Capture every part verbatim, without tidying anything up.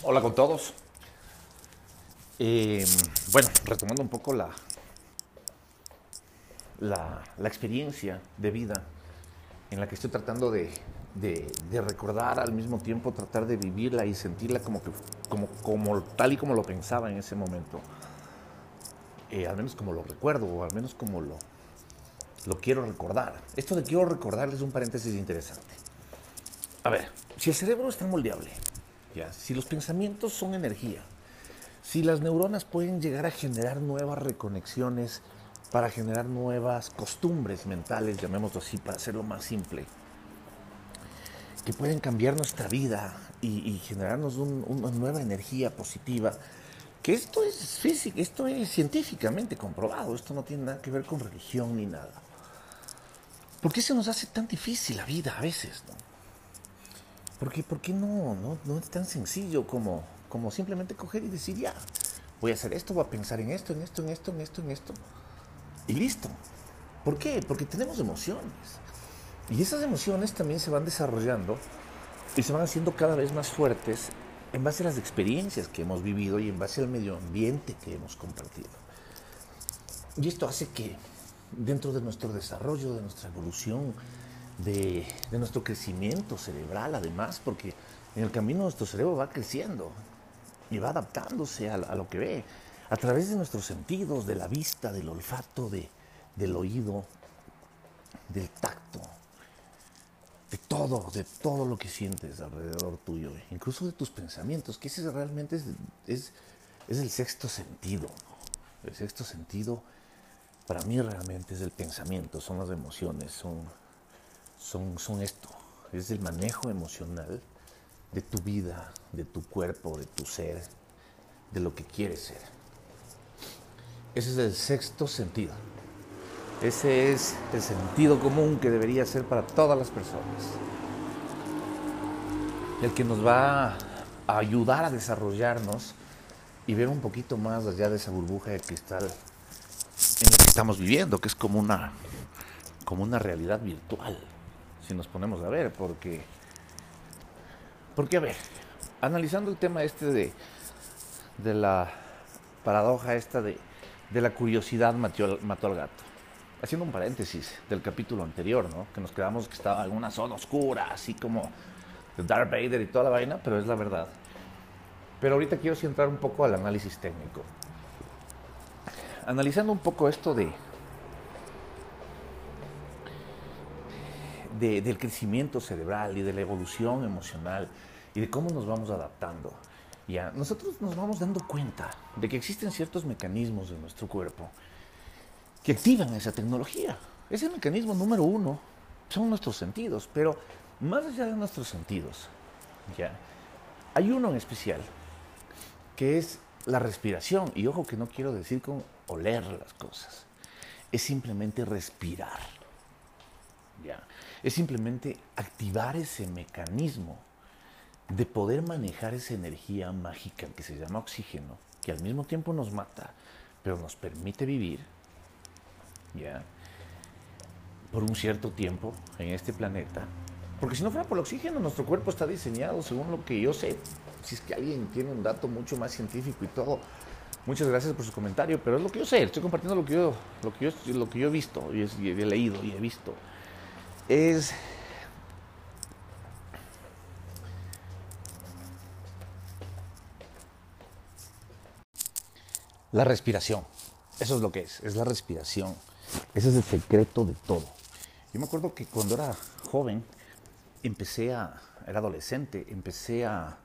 Hola con todos. Eh, bueno, retomando un poco la, la, la experiencia de vida en la que estoy tratando de, de, de recordar, al mismo tiempo tratar de vivirla y sentirla como, que, como, como tal y como lo pensaba en ese momento. Eh, al menos como lo recuerdo, o al menos como lo, lo quiero recordar. Esto de quiero recordarles un paréntesis interesante. A ver, si el cerebro es tan moldeable, ¿ya? Si los pensamientos son energía, si las neuronas pueden llegar a generar nuevas reconexiones para generar nuevas costumbres mentales, llamémoslo así, para hacerlo más simple, que pueden cambiar nuestra vida y, y generarnos un, una nueva energía positiva, que esto es físico, esto es científicamente comprobado, esto no tiene nada que ver con religión ni nada. ¿Por qué se nos hace tan difícil la vida a veces, no? ¿Por qué, por qué no, no, no es tan sencillo como, como simplemente coger y decir ya, voy a hacer esto, voy a pensar en esto, en esto, en esto, en esto, en esto, y listo? ¿Por qué? Porque tenemos emociones. Y esas emociones también se van desarrollando y se van haciendo cada vez más fuertes en base a las experiencias que hemos vivido y en base al medio ambiente que hemos compartido. Y esto hace que dentro de nuestro desarrollo, de nuestra evolución, de, de nuestro crecimiento cerebral, además, porque en el camino nuestro cerebro va creciendo y va adaptándose a, a lo que ve, a través de nuestros sentidos, de la vista, del olfato, de, del oído, del tacto, de todo, de todo lo que sientes alrededor tuyo, incluso de tus pensamientos, que ese realmente es, es, es el sexto sentido, ¿no? El sexto sentido para mí realmente es el pensamiento, son las emociones, son, son, son esto, es el manejo emocional de tu vida, de tu cuerpo, de tu ser, de lo que quieres ser. Ese es el sexto sentido. Ese es el sentido común que debería ser para todas las personas. El que nos va a ayudar a desarrollarnos y ver un poquito más allá de esa burbuja de cristal en la que estamos viviendo, que es como una, como una realidad virtual, si nos ponemos a ver, porque, porque a ver, analizando el tema este de, de la paradoja esta de, de la curiosidad mató, mató al gato. Haciendo un paréntesis del capítulo anterior, ¿no? Que nos quedamos que estaba en una zona oscura, así como Darth Vader y toda la vaina, pero es la verdad. Pero ahorita quiero centrar un poco al análisis técnico. Analizando un poco esto de, de, del crecimiento cerebral y de la evolución emocional y de cómo nos vamos adaptando. Ya, nosotros nos vamos dando cuenta de que existen ciertos mecanismos de nuestro cuerpo que activan esa tecnología. Ese mecanismo número uno son nuestros sentidos, pero más allá de nuestros sentidos, ya, hay uno en especial que es la respiración. Y ojo que no quiero decir con oler las cosas, es simplemente respirar, ya, es simplemente activar ese mecanismo de poder manejar esa energía mágica que se llama oxígeno, que al mismo tiempo nos mata, pero nos permite vivir, ¿ya? Por un cierto tiempo en este planeta. Porque si no fuera por el oxígeno, nuestro cuerpo está diseñado, según lo que yo sé. Si es que alguien tiene un dato mucho más científico y todo, muchas gracias por su comentario, pero es lo que yo sé, estoy compartiendo lo que yo, lo que yo, lo que yo he visto y, es, y he leído y he visto. Es la respiración. Eso es lo que es, es la respiración. Ese es el secreto de todo. Yo me acuerdo que cuando era joven, empecé a, era adolescente, empecé a,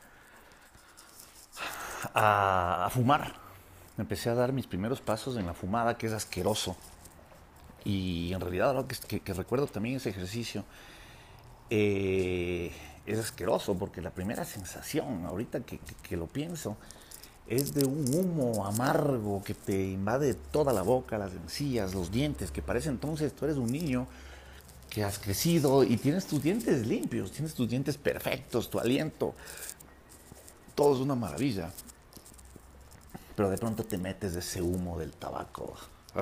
a, a fumar. Empecé a dar mis primeros pasos en la fumada, que es asqueroso. Y en realidad, ahora que, que, que recuerdo también ese ejercicio, eh, es asqueroso, porque la primera sensación, ahorita que, que, que lo pienso, es de un humo amargo que te invade toda la boca, las encías, los dientes, que parece entonces tú eres un niño que has crecido y tienes tus dientes limpios, tienes tus dientes perfectos, tu aliento, todo es una maravilla. Pero de pronto te metes de ese humo del tabaco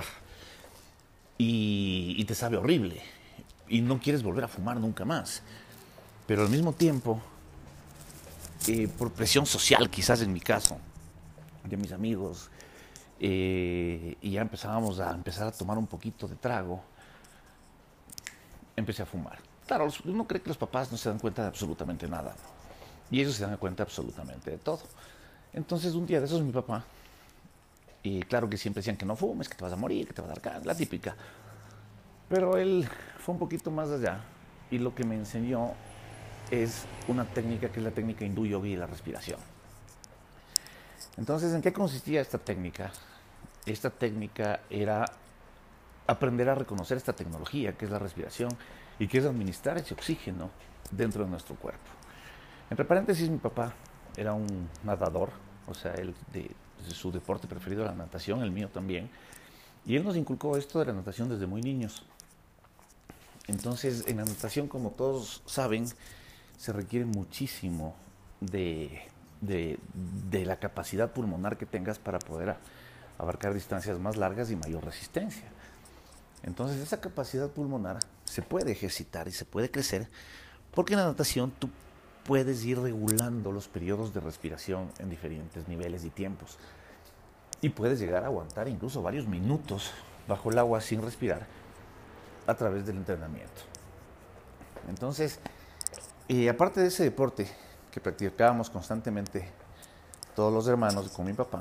y, y te sabe horrible y no quieres volver a fumar nunca más. Pero al mismo tiempo eh, por presión social, quizás en mi caso, de mis amigos, eh, y ya empezábamos a empezar a tomar un poquito de trago, empecé a fumar. Claro, los- uno cree que los papás no se dan cuenta de absolutamente nada, ¿no? Y ellos se dan cuenta absolutamente de todo. Entonces un día de esos mi papá, y claro que siempre decían que no fumes, que te vas a morir, que te va a dar cáncer, la típica. Pero él fue un poquito más allá y lo que me enseñó es una técnica que es la técnica hindú yogi de la respiración. Entonces, ¿en qué consistía esta técnica? Esta técnica era aprender a reconocer esta tecnología que es la respiración y que es administrar ese oxígeno dentro de nuestro cuerpo. Entre paréntesis, mi papá era un nadador, o sea, él de, de su deporte preferido era la natación, el mío también, y él nos inculcó esto de la natación desde muy niños. Entonces, en la natación, como todos saben, se requiere muchísimo de, de, de la capacidad pulmonar que tengas para poder a- abarcar distancias más largas y mayor resistencia. Entonces, esa capacidad pulmonar se puede ejercitar y se puede crecer porque en la natación tú puedes ir regulando los periodos de respiración en diferentes niveles y tiempos. Y puedes llegar a aguantar incluso varios minutos bajo el agua sin respirar a través del entrenamiento. Entonces, eh, aparte de ese deporte que practicábamos constantemente todos los hermanos con mi papá,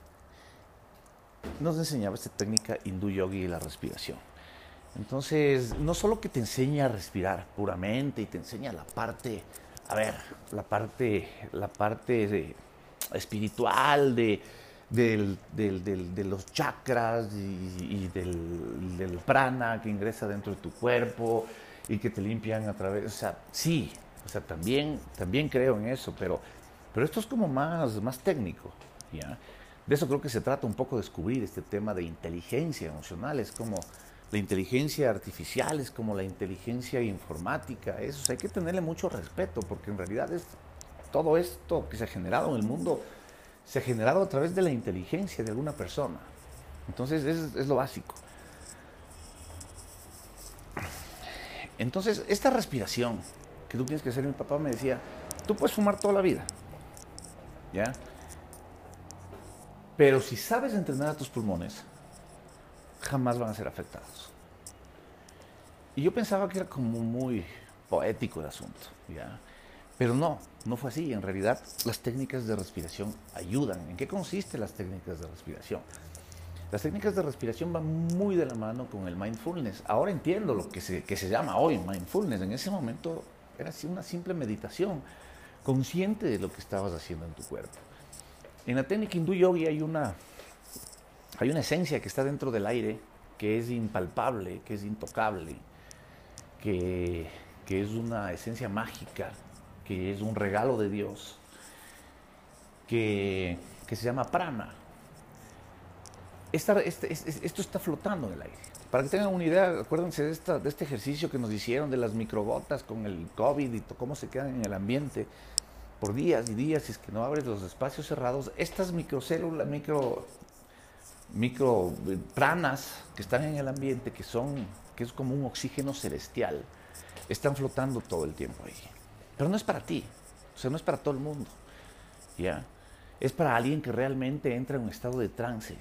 nos enseñaba esta técnica hindú yogi de la respiración. Entonces, no solo que te enseña a respirar puramente y te enseña la parte, a ver, la parte, la parte de- espiritual de, del- del- del- de los chakras y, y del, del prana que ingresa dentro de tu cuerpo y que te limpian a través, o sea, sí, o sea, también, también creo en eso, pero, pero esto es como más, más técnico, ¿ya? De eso creo que se trata un poco de descubrir este tema de inteligencia emocional, es como la inteligencia artificial, es como la inteligencia informática, eso, o sea, hay que tenerle mucho respeto, porque en realidad es todo esto que se ha generado en el mundo, se ha generado a través de la inteligencia de alguna persona. Entonces, es, es lo básico. Entonces, esta respiración que tú tienes que hacer, mi papá me decía, tú puedes fumar toda la vida, ¿ya? Pero si sabes entrenar a tus pulmones, jamás van a ser afectados. Y yo pensaba que era como muy poético el asunto, ¿ya? Pero no, no fue así. En realidad, las técnicas de respiración ayudan. ¿En qué consisten las técnicas de respiración? Las técnicas de respiración van muy de la mano con el mindfulness. Ahora entiendo lo que se, que se llama hoy mindfulness. En ese momento era así una simple meditación, consciente de lo que estabas haciendo en tu cuerpo. En la técnica hindú yogi hay una, hay una esencia que está dentro del aire, que es impalpable, que es intocable, que, que es una esencia mágica, que es un regalo de Dios, que, que se llama prana. Esta, este, este, esto está flotando en el aire. Para que tengan una idea, acuérdense de, esta, de este ejercicio que nos hicieron de las microgotas con el COVID y cómo se quedan en el ambiente por días y días si es que no abres los espacios cerrados. Estas microcélulas, micro, micro pranas que están en el ambiente, que, son, que es como un oxígeno celestial, están flotando todo el tiempo ahí. Pero no es para ti, o sea, no es para todo el mundo, ¿ya? Es para alguien que realmente entra en un estado de trance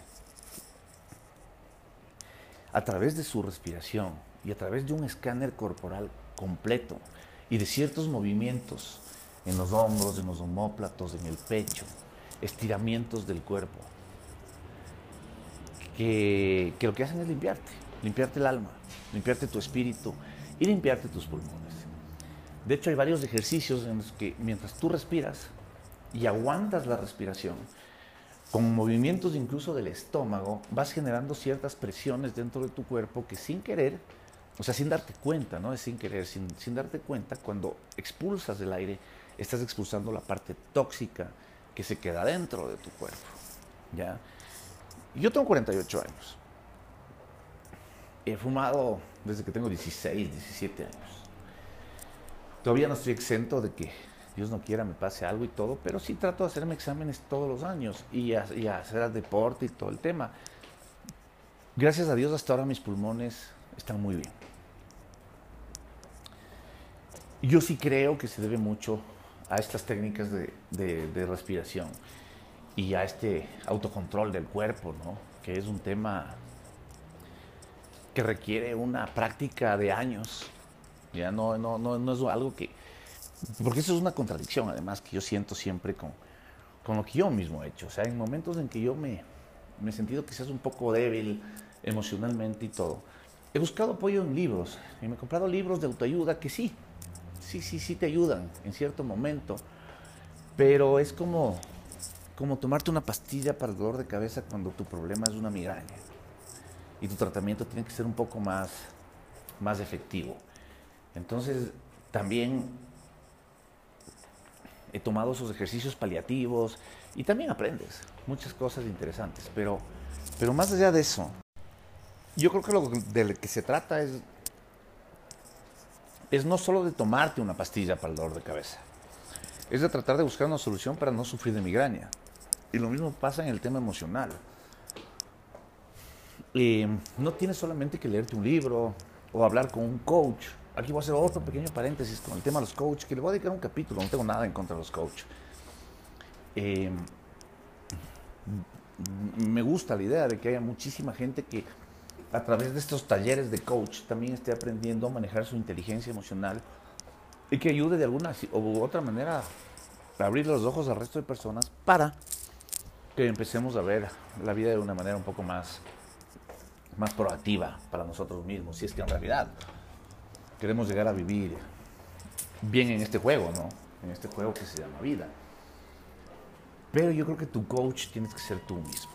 a través de su respiración y a través de un escáner corporal completo y de ciertos movimientos en los hombros, en los omóplatos, en el pecho, estiramientos del cuerpo, que, que lo que hacen es limpiarte, limpiarte el alma, limpiarte tu espíritu y limpiarte tus pulmones. De hecho, hay varios ejercicios en los que mientras tú respiras y aguantas la respiración, con movimientos incluso del estómago, vas generando ciertas presiones dentro de tu cuerpo que sin querer, o sea, sin darte cuenta, ¿no? Es sin querer, sin, sin darte cuenta, cuando expulsas el aire, estás expulsando la parte tóxica que se queda dentro de tu cuerpo, ¿ya? Yo tengo cuarenta y ocho años. He fumado desde que tengo dieciséis, diecisiete años. Todavía no estoy exento de que Dios no quiera me pase algo y todo, pero sí trato de hacerme exámenes todos los años y, a, y a hacer deporte y todo el tema. Gracias a Dios hasta ahora mis pulmones están muy bien. Yo sí creo que se debe mucho a estas técnicas de, de, de respiración y a este autocontrol del cuerpo, ¿no? Que es un tema que requiere una práctica de años. Ya no, no, no, no es algo que... Porque eso es una contradicción, además, que yo siento siempre con, con lo que yo mismo he hecho. O sea, en momentos en que yo me, me he sentido quizás un poco débil emocionalmente y todo, he buscado apoyo en libros y me he comprado libros de autoayuda que sí, sí, sí, sí te ayudan en cierto momento, pero es como, como tomarte una pastilla para el dolor de cabeza cuando tu problema es una migraña y tu tratamiento tiene que ser un poco más, más efectivo. Entonces, también he tomado esos ejercicios paliativos y también aprendes muchas cosas interesantes, pero, pero más allá de eso, yo creo que lo de lo que se trata es, es no solo de tomarte una pastilla para el dolor de cabeza, es de tratar de buscar una solución para no sufrir de migraña. Y lo mismo pasa en el tema emocional. Eh, no tienes solamente que leerte un libro o hablar con un coach. Aquí voy a hacer otro pequeño paréntesis con el tema de los coaches, que le voy a dedicar un capítulo, no tengo nada en contra de los coaches. Eh, me gusta la idea de que haya muchísima gente que a través de estos talleres de coach también esté aprendiendo a manejar su inteligencia emocional y que ayude de alguna u otra manera a abrir los ojos al resto de personas para que empecemos a ver la vida de una manera un poco más, más proactiva para nosotros mismos, si es que en realidad queremos llegar a vivir bien en este juego, ¿no? En este juego que se llama vida. Pero yo creo que tu coach tienes que ser tú mismo.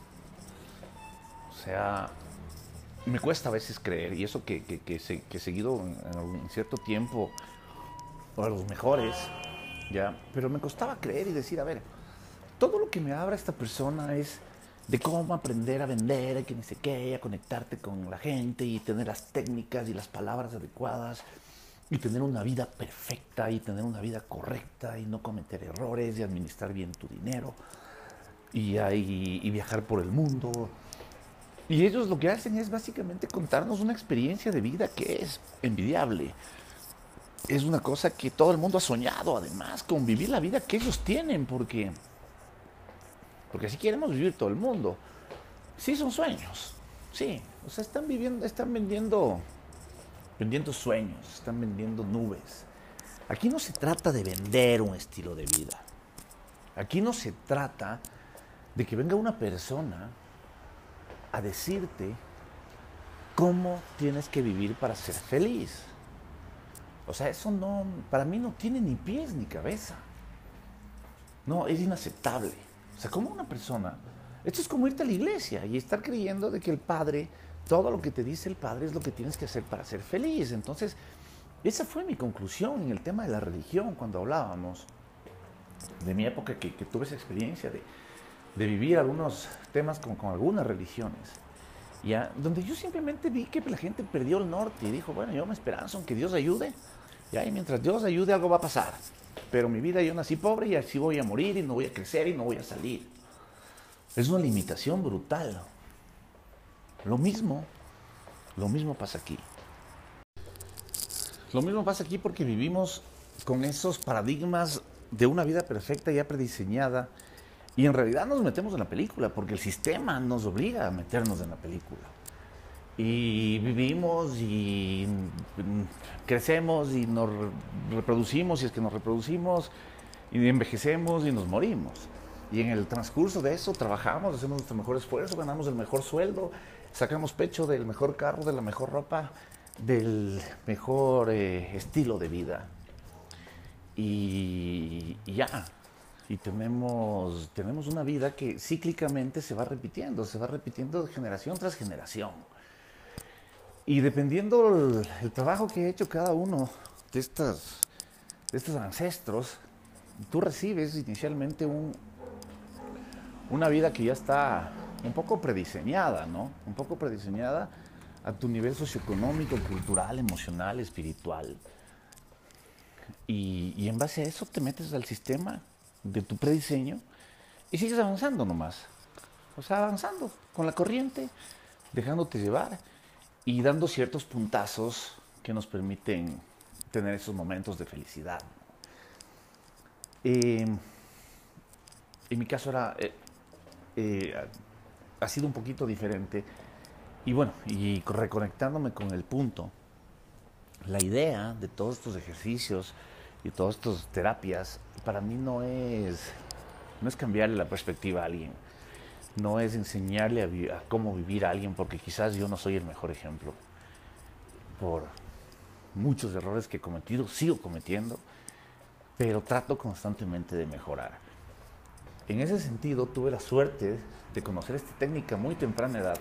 O sea, me cuesta a veces creer, y eso que, que, que, se, que he seguido en, en cierto tiempo a los mejores, ¿ya? Pero me costaba creer y decir, a ver, todo lo que me habla esta persona es de cómo aprender a vender, que ni sé qué, a conectarte con la gente y tener las técnicas y las palabras adecuadas y tener una vida perfecta y tener una vida correcta y no cometer errores y administrar bien tu dinero y, y, y viajar por el mundo. Y ellos lo que hacen es básicamente contarnos una experiencia de vida que es envidiable. Es una cosa que todo el mundo ha soñado, además, con vivir la vida que ellos tienen, porque, porque así queremos vivir todo el mundo. Sí, son sueños, sí. O sea, están viviendo, están vendiendo, vendiendo sueños, están vendiendo nubes. Aquí no se trata de vender un estilo de vida. Aquí no se trata de que venga una persona a decirte cómo tienes que vivir para ser feliz. O sea, eso no, para mí no tiene ni pies ni cabeza. No, es inaceptable. O sea, como una persona, esto es como irte a la iglesia y estar creyendo de que el Padre, todo lo que te dice el Padre es lo que tienes que hacer para ser feliz. Entonces, esa fue mi conclusión en el tema de la religión cuando hablábamos de mi época que, que tuve esa experiencia de, de vivir algunos temas con, con algunas religiones. ¿Ya? Donde yo simplemente vi que la gente perdió el norte y dijo, bueno, yo me esperanzo en que Dios ayude, ¿ya? Y mientras Dios ayude algo va a pasar, pero mi vida yo nací pobre y así voy a morir y no voy a crecer y no voy a salir. Es una limitación brutal. Lo mismo, lo mismo pasa aquí. Lo mismo pasa aquí porque vivimos con esos paradigmas de una vida perfecta ya prediseñada. Y en realidad nos metemos en la película, porque el sistema nos obliga a meternos en la película. Y vivimos y crecemos y nos reproducimos, y es que nos reproducimos, y envejecemos y nos morimos. Y en el transcurso de eso trabajamos, hacemos nuestro mejor esfuerzo, ganamos el mejor sueldo, sacamos pecho del mejor carro, de la mejor ropa, del mejor eh, estilo de vida. Y, y ya. Y tenemos, tenemos una vida que cíclicamente se va repitiendo, se va repitiendo de generación tras generación. Y dependiendo el, el trabajo que ha hecho cada uno de, estas, de estos ancestros, tú recibes inicialmente un, una vida que ya está un poco prediseñada, ¿no? Un poco prediseñada a tu nivel socioeconómico, cultural, emocional, espiritual. Y, y en base a eso te metes al sistema de tu prediseño y sigues avanzando nomás, o sea, avanzando con la corriente, dejándote llevar y dando ciertos puntazos que nos permiten tener esos momentos de felicidad. Eh, en mi caso era, eh, eh, ha sido un poquito diferente. Y bueno, y reconectándome con el punto, la idea de todos estos ejercicios y todas estas terapias, para mí no es, no es cambiarle la perspectiva a alguien, no es enseñarle a, vi- a cómo vivir a alguien, porque quizás yo no soy el mejor ejemplo por muchos errores que he cometido, sigo cometiendo, pero trato constantemente de mejorar. En ese sentido, tuve la suerte de conocer esta técnica a muy temprana edad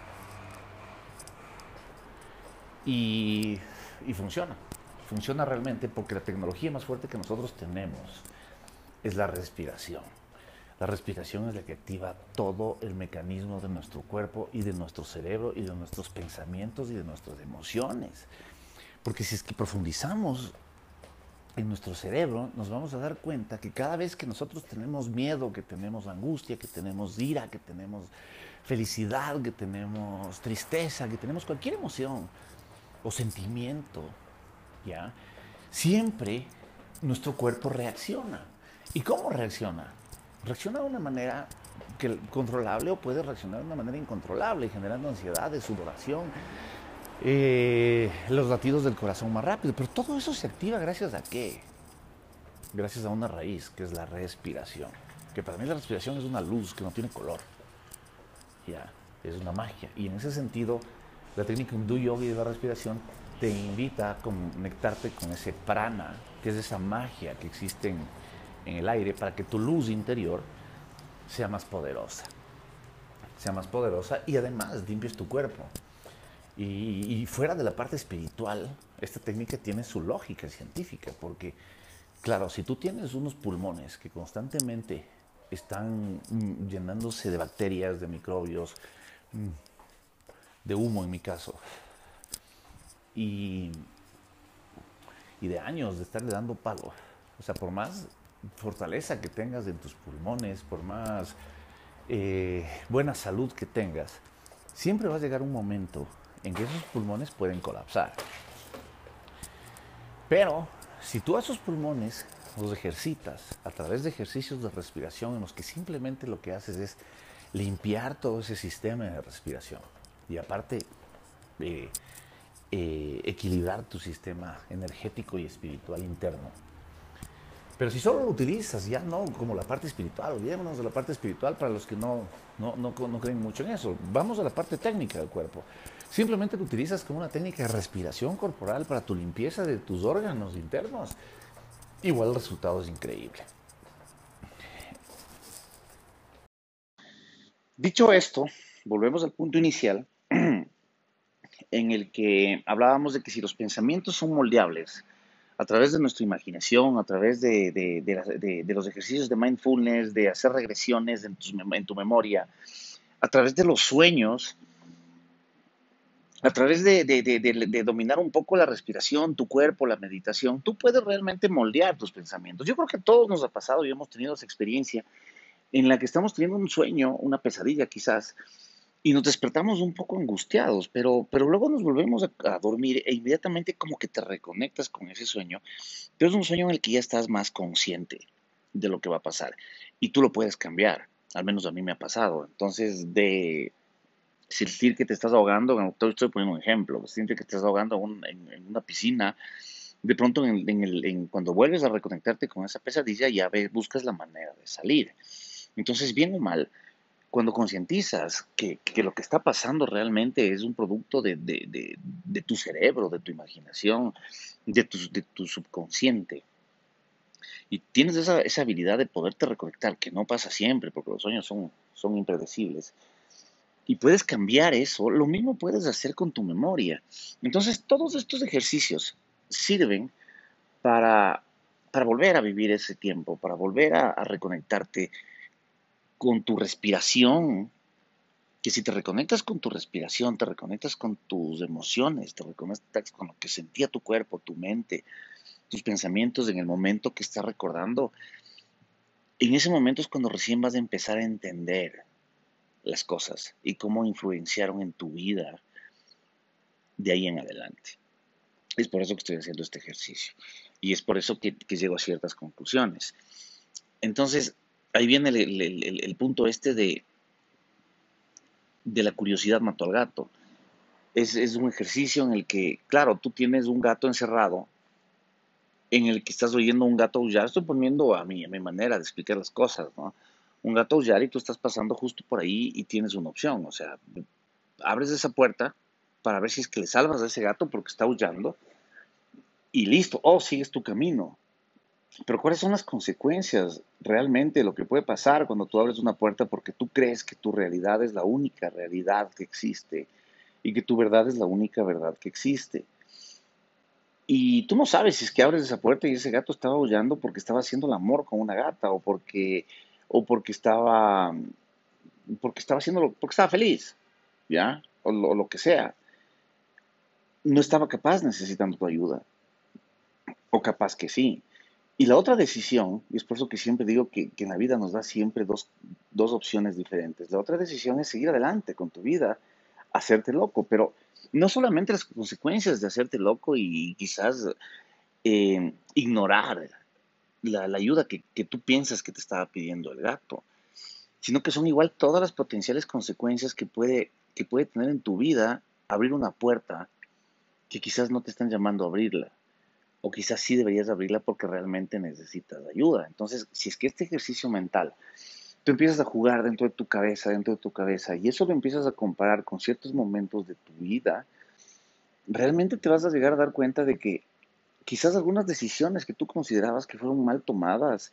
y, y funciona. Funciona realmente porque la tecnología más fuerte que nosotros tenemos es la respiración. La respiración es la que activa todo el mecanismo de nuestro cuerpo y de nuestro cerebro y de nuestros pensamientos y de nuestras emociones. Porque si es que profundizamos en nuestro cerebro, nos vamos a dar cuenta que cada vez que nosotros tenemos miedo, que tenemos angustia, que tenemos ira, que tenemos felicidad, que tenemos tristeza, que tenemos cualquier emoción o sentimiento, ¿ya? Siempre nuestro cuerpo reacciona. ¿Y cómo reacciona? Reacciona de una manera que, controlable, o puede reaccionar de una manera incontrolable, generando ansiedad, sudoración, eh, los latidos del corazón más rápido. Pero todo eso se activa gracias a qué? Gracias a una raíz, que es la respiración. Que para mí la respiración es una luz que no tiene color. Ya, es una magia. Y en ese sentido, la técnica hindú yogi de la respiración te invita a conectarte con ese prana, que es esa magia que existe en, en el aire, para que tu luz interior sea más poderosa. Sea más poderosa y además limpies tu cuerpo. Y, y fuera de la parte espiritual, esta técnica tiene su lógica científica, porque, claro, si tú tienes unos pulmones que constantemente están mm, llenándose de bacterias, de microbios, mm, de humo en mi caso, y, y de años de estarle dando palo, o sea, por más fortaleza que tengas en tus pulmones, por más eh, buena salud que tengas, siempre va a llegar un momento en que esos pulmones pueden colapsar. Pero si tú a esos pulmones los ejercitas a través de ejercicios de respiración en los que simplemente lo que haces es limpiar todo ese sistema de respiración y aparte eh, eh, equilibrar tu sistema energético y espiritual interno. Pero si solo lo utilizas, ya no como la parte espiritual, olvidémonos de la parte espiritual para los que no, no, no, no creen mucho en eso. Vamos a la parte técnica del cuerpo. Simplemente lo utilizas como una técnica de respiración corporal para tu limpieza de tus órganos internos. Igual el resultado es increíble. Dicho esto, volvemos al punto inicial en el que hablábamos de que si los pensamientos son moldeables a través de nuestra imaginación, a través de, de- de las- de- de los ejercicios de mindfulness, de hacer regresiones en, tus mem- en tu memoria, a través de los sueños, a través de, de- de- de- de dominar un poco la respiración, tu cuerpo, la meditación, tú puedes realmente moldear tus pensamientos. Yo creo que a todos nos ha pasado y hemos tenido esa experiencia en la que estamos teniendo un sueño, una pesadilla quizás, y nos despertamos un poco angustiados, pero, pero luego nos volvemos a, a dormir e inmediatamente como que te reconectas con ese sueño, pero es un sueño en el que ya estás más consciente de lo que va a pasar y tú lo puedes cambiar, al menos a mí me ha pasado. Entonces, de sentir que te estás ahogando, estoy, estoy poniendo un ejemplo, sentir que te estás ahogando un- en, en una piscina, de pronto en el- en el- en- cuando vuelves a reconectarte con esa pesadilla ya ves, buscas la manera de salir. Entonces, bien o mal, cuando concientizas que, que lo que está pasando realmente es un producto de, de- de- de tu cerebro, de tu imaginación, de tu, de tu subconsciente, y tienes esa, esa habilidad de poderte reconectar, que no pasa siempre, porque los sueños son, son impredecibles, y puedes cambiar eso, lo mismo puedes hacer con tu memoria. Entonces, todos estos ejercicios sirven para, para volver a vivir ese tiempo, para volver a, a reconectarte con tu respiración, que si te reconectas con tu respiración, te reconectas con tus emociones, te reconectas con lo que sentía tu cuerpo, tu mente, tus pensamientos en el momento que estás recordando, en ese momento es cuando recién vas a empezar a entender las cosas y cómo influenciaron en tu vida de ahí en adelante. Es por eso que estoy haciendo este ejercicio y es por eso que, que llego a ciertas conclusiones. Entonces, ahí viene el, el- el- el punto este de, de la curiosidad mató al gato. Es, es un ejercicio en el que, claro, tú tienes un gato encerrado, en el que estás oyendo a un gato aullar. Estoy poniendo a mi, a mi manera de explicar las cosas, ¿no? Un gato aullar y tú estás pasando justo por ahí y tienes una opción. O sea, abres esa puerta para ver si es que le salvas a ese gato porque está aullando y listo, o sigues tu camino. Pero ¿cuáles son las consecuencias realmente de lo que puede pasar cuando tú abres una puerta porque tú crees que tu realidad es la única realidad que existe y que tu verdad es la única verdad que existe? Y tú no sabes si es que abres esa puerta y ese gato estaba aullando porque estaba haciendo el amor con una gata o porque, o porque estaba, porque estaba haciendo, porque estaba feliz, ¿ya? O lo, o lo que sea. No estaba capaz necesitando tu ayuda, o capaz que sí. Y la otra decisión, y es por eso que siempre digo que, que en la vida nos da siempre dos, dos opciones diferentes. La otra decisión es seguir adelante con tu vida, hacerte loco, pero no solamente las consecuencias de hacerte loco y quizás eh, ignorar la, la ayuda que, que tú piensas que te estaba pidiendo el gato, sino que son igual todas las potenciales consecuencias que puede, que puede tener en tu vida abrir una puerta que quizás no te están llamando a abrirla. O quizás sí deberías abrirla porque realmente necesitas ayuda. Entonces, si es que este ejercicio mental, tú empiezas a jugar dentro de tu cabeza, dentro de tu cabeza, y eso lo empiezas a comparar con ciertos momentos de tu vida, realmente te vas a llegar a dar cuenta de que quizás algunas decisiones que tú considerabas que fueron mal tomadas,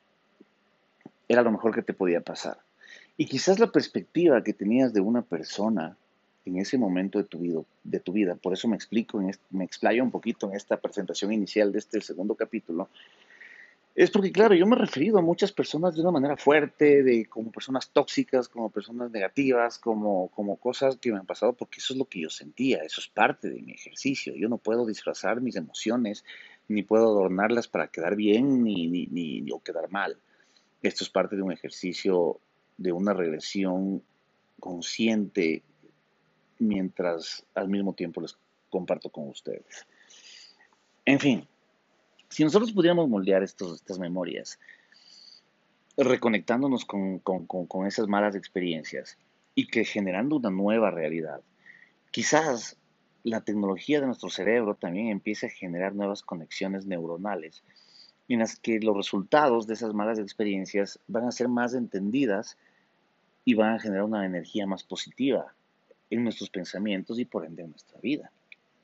era lo mejor que te podía pasar. Y quizás la perspectiva que tenías de una persona en ese momento de tu vida, de tu vida por eso me explico, en este, me explayo un poquito en esta presentación inicial de este segundo capítulo. Es porque, claro, yo me he referido a muchas personas de una manera fuerte, de como personas tóxicas, como personas negativas, como, como cosas que me han pasado, porque eso es lo que yo sentía, eso es parte de mi ejercicio. Yo no puedo disfrazar mis emociones, ni puedo adornarlas para quedar bien, ni, ni, ni, ni o quedar mal. Esto es parte de un ejercicio de una regresión consciente, mientras al mismo tiempo les comparto con ustedes. En fin, si nosotros pudiéramos moldear estos, estas memorias, reconectándonos con, con, con, con esas malas experiencias y que generando una nueva realidad. Quizás la tecnología de nuestro cerebro también empiece a generar nuevas conexiones neuronales en las que los resultados de esas malas experiencias van a ser más entendidas y van a generar una energía más positiva en nuestros pensamientos y por ende en nuestra vida.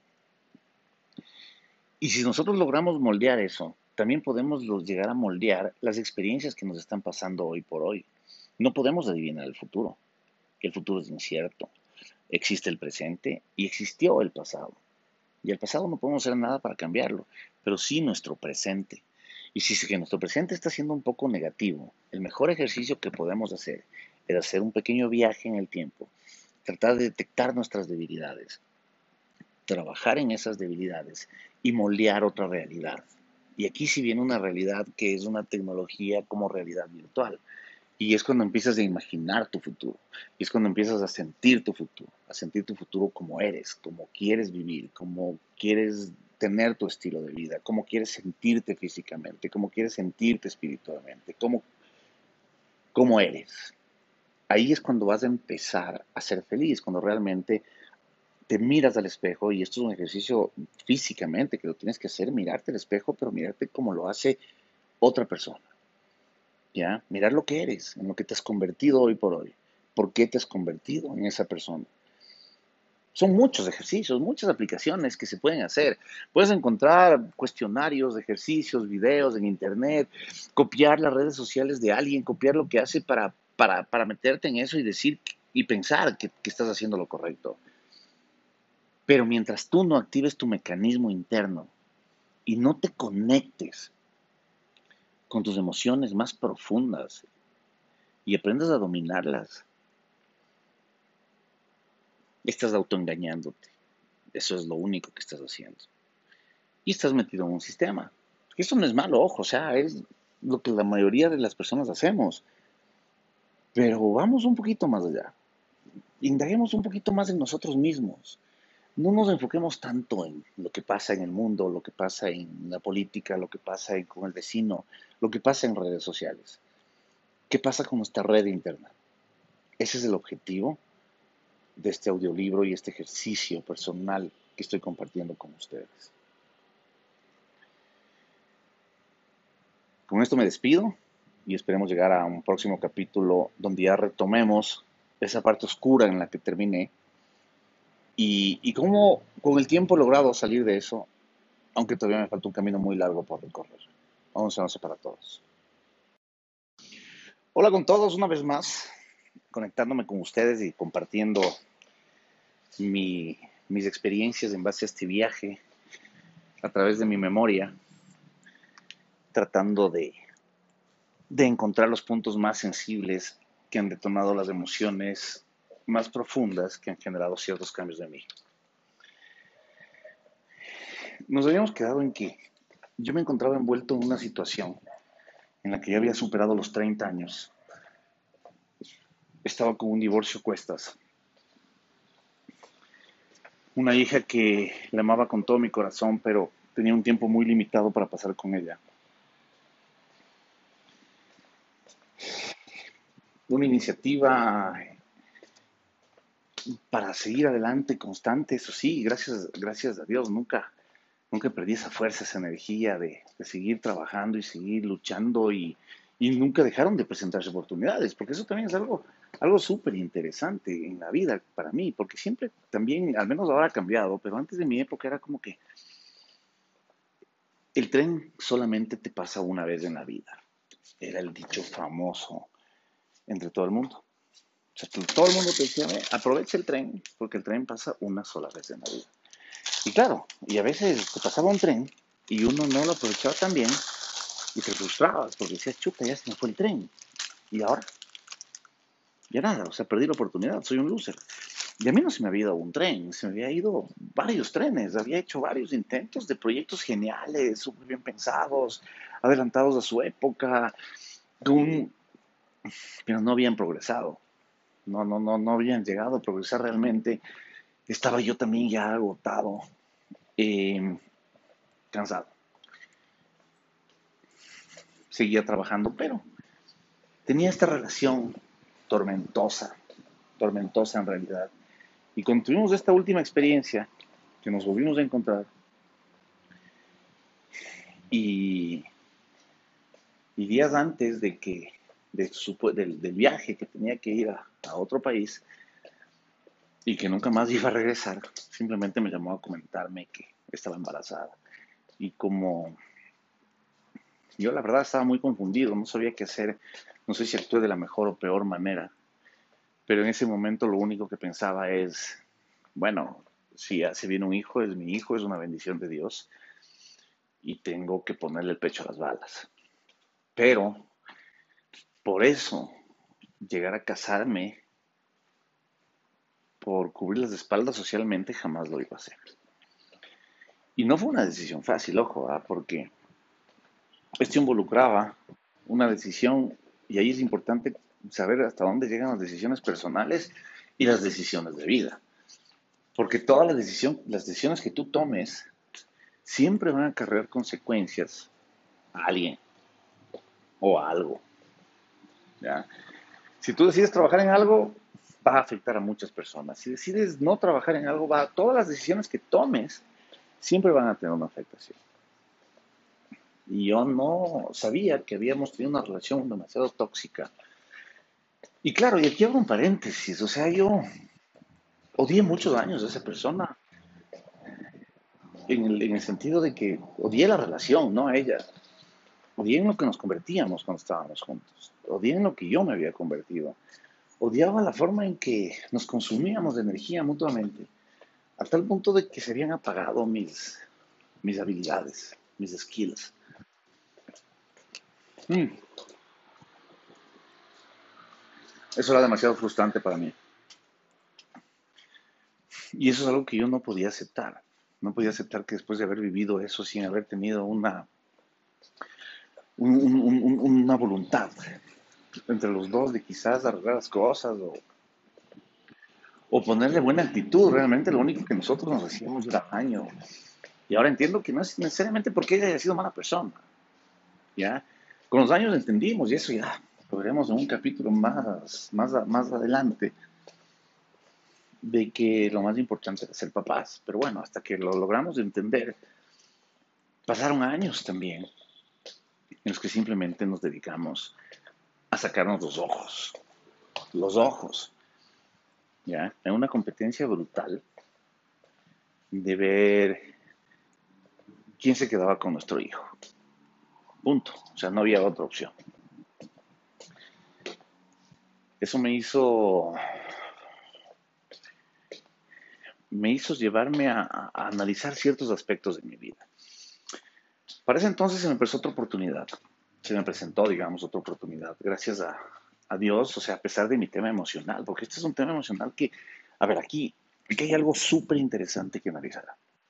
Y si nosotros logramos moldear eso, también podemos llegar a moldear las experiencias que nos están pasando hoy por hoy. No podemos adivinar el futuro. El futuro es incierto. Existe el presente y existió el pasado. Y el pasado no podemos hacer nada para cambiarlo, pero sí nuestro presente. Y si es que nuestro presente está siendo un poco negativo, el mejor ejercicio que podemos hacer es hacer un pequeño viaje en el tiempo, tratar de detectar nuestras debilidades, trabajar en esas debilidades y moldear otra realidad. Y aquí sí viene una realidad que es una tecnología como realidad virtual. Y es cuando empiezas a imaginar tu futuro. Y es cuando empiezas a sentir tu futuro. A sentir tu futuro como eres, como quieres vivir, como quieres tener tu estilo de vida, cómo quieres sentirte físicamente, cómo quieres sentirte espiritualmente, cómo, cómo eres. Ahí es cuando vas a empezar a ser feliz, cuando realmente te miras al espejo, y esto es un ejercicio físicamente que lo tienes que hacer, mirarte al espejo, pero mirarte como lo hace otra persona. ¿Ya? Mirar lo que eres, en lo que te has convertido hoy por hoy. ¿Por qué te has convertido en esa persona? Son muchos ejercicios, muchas aplicaciones que se pueden hacer. Puedes encontrar cuestionarios, ejercicios, videos en internet, copiar las redes sociales de alguien, copiar lo que hace para, para, para meterte en eso y decir y pensar que, que estás haciendo lo correcto. Pero mientras tú no actives tu mecanismo interno y no te conectes con tus emociones más profundas y aprendas a dominarlas, estás autoengañándote. Eso es lo único que estás haciendo. Y estás metido en un sistema. Eso no es malo, ojo, o sea, es lo que la mayoría de las personas hacemos. Pero vamos un poquito más allá. Indaguemos un poquito más en nosotros mismos. no nos enfoquemos tanto en lo que pasa en el mundo, lo que pasa en la política, lo que pasa en- con el vecino, lo que pasa en redes sociales. ¿Qué pasa con nuestra red interna? Ese es el objetivo de este audiolibro y este ejercicio personal que estoy compartiendo con ustedes. Con esto me despido y esperemos llegar a un próximo capítulo donde ya retomemos esa parte oscura en la que terminé y, y cómo con el tiempo he logrado salir de eso, aunque todavía me falta un camino muy largo por recorrer. Vamos a ver para todos. Hola con todos una vez más, conectándome con ustedes y compartiendo mi, mis experiencias en base a este viaje a través de mi memoria, tratando de, de encontrar los puntos más sensibles que han detonado las emociones más profundas que han generado ciertos cambios de mí. Nos habíamos quedado en que yo me encontraba envuelto en una situación en la que ya había superado los treinta años. Estaba con un divorcio a cuestas. Una hija que la amaba con todo mi corazón, pero tenía un tiempo muy limitado para pasar con ella. Una iniciativa para seguir adelante constante, eso sí, gracias, gracias a Dios, nunca, nunca perdí esa fuerza, esa energía de, de seguir trabajando y seguir luchando y, y nunca dejaron de presentarse oportunidades, porque eso también es algo, algo súper interesante en la vida para mí, porque siempre también, al menos ahora ha cambiado, pero antes de mi época era como que el tren solamente te pasa una vez en la vida, era el dicho famoso entre todo el mundo. O sea, todo el mundo te decía, aprovecha el tren, porque el tren pasa una sola vez en la vida. Y claro, y a veces te pasaba un tren y uno no lo aprovechaba tan bien y te frustrabas porque decías, chuta, ya se me fue el tren. Y ahora, ya nada, o sea, perdí la oportunidad, soy un loser. Y a mí no se me había ido un tren, se me había ido varios trenes, había hecho varios intentos de proyectos geniales, súper bien pensados, adelantados a su época, un, pero no habían progresado, no, no, no, no habían llegado a progresar realmente. Estaba yo también ya agotado, eh, cansado. Seguía trabajando, pero tenía esta relación tormentosa, tormentosa en realidad. Y cuando tuvimos esta última experiencia, que nos volvimos a encontrar, y, y días antes de que, de su, del, del, viaje que tenía que ir a, a otro país y que nunca más iba a regresar, simplemente me llamó a comentarme que estaba embarazada. Y como yo la verdad estaba muy confundido, no sabía qué hacer, no sé si actué de la mejor o peor manera, pero en ese momento lo único que pensaba es, bueno, si se viene un hijo, es mi hijo, es una bendición de Dios y tengo que ponerle el pecho a las balas. Pero por eso, llegar a casarme por cubrir las espaldas socialmente jamás lo iba a hacer. Y no fue una decisión fácil, ojo, ¿eh? Porque esto involucraba una decisión, y ahí es importante saber hasta dónde llegan las decisiones personales y las decisiones de vida. Porque todas las, decisión, las decisiones que tú tomes siempre van a acarrear consecuencias a alguien o a algo. ¿Ya? Si tú decides trabajar en algo, va a afectar a muchas personas. Si decides no trabajar en algo, va, todas las decisiones que tomes siempre van a tener una afectación. Y yo no sabía que habíamos tenido una relación demasiado tóxica. Y claro, y aquí hago un paréntesis, o sea, yo odié muchos años a esa persona, en el, en el sentido de que odié la relación, no a ella. Odié en lo que nos convertíamos cuando estábamos juntos. Odié en lo que yo me había convertido. Odiaba la forma en que nos consumíamos de energía mutuamente, a tal punto de que se habían apagado mis, mis habilidades, mis skills. Mm. Eso era demasiado frustrante para mí. Y eso es algo que yo no podía aceptar. No podía aceptar que después de haber vivido eso sin haber tenido una, un, un, un, una voluntad entre los dos de quizás arreglar las cosas o, o ponerle buena actitud. Realmente lo único que nosotros nos hacíamos era daño. Y ahora entiendo que no es necesariamente porque ella haya sido mala persona, ¿ya? Con los años entendimos y eso ya lo veremos en un capítulo más, más, más adelante, de que lo más importante es ser papás. Pero bueno, hasta que lo logramos entender, pasaron años también en los que simplemente nos dedicamos a sacarnos los ojos, los ojos, ¿ya? En una competencia brutal de ver quién se quedaba con nuestro hijo. Punto. O sea, no había otra opción. Eso me hizo, me hizo llevarme a, a analizar ciertos aspectos de mi vida. Para ese entonces se me presentó otra oportunidad. Se me presentó, digamos, otra oportunidad. Gracias a, a Dios, o sea, a pesar de mi tema emocional, porque este es un tema emocional que, a ver, aquí, aquí hay algo súper interesante que analizar.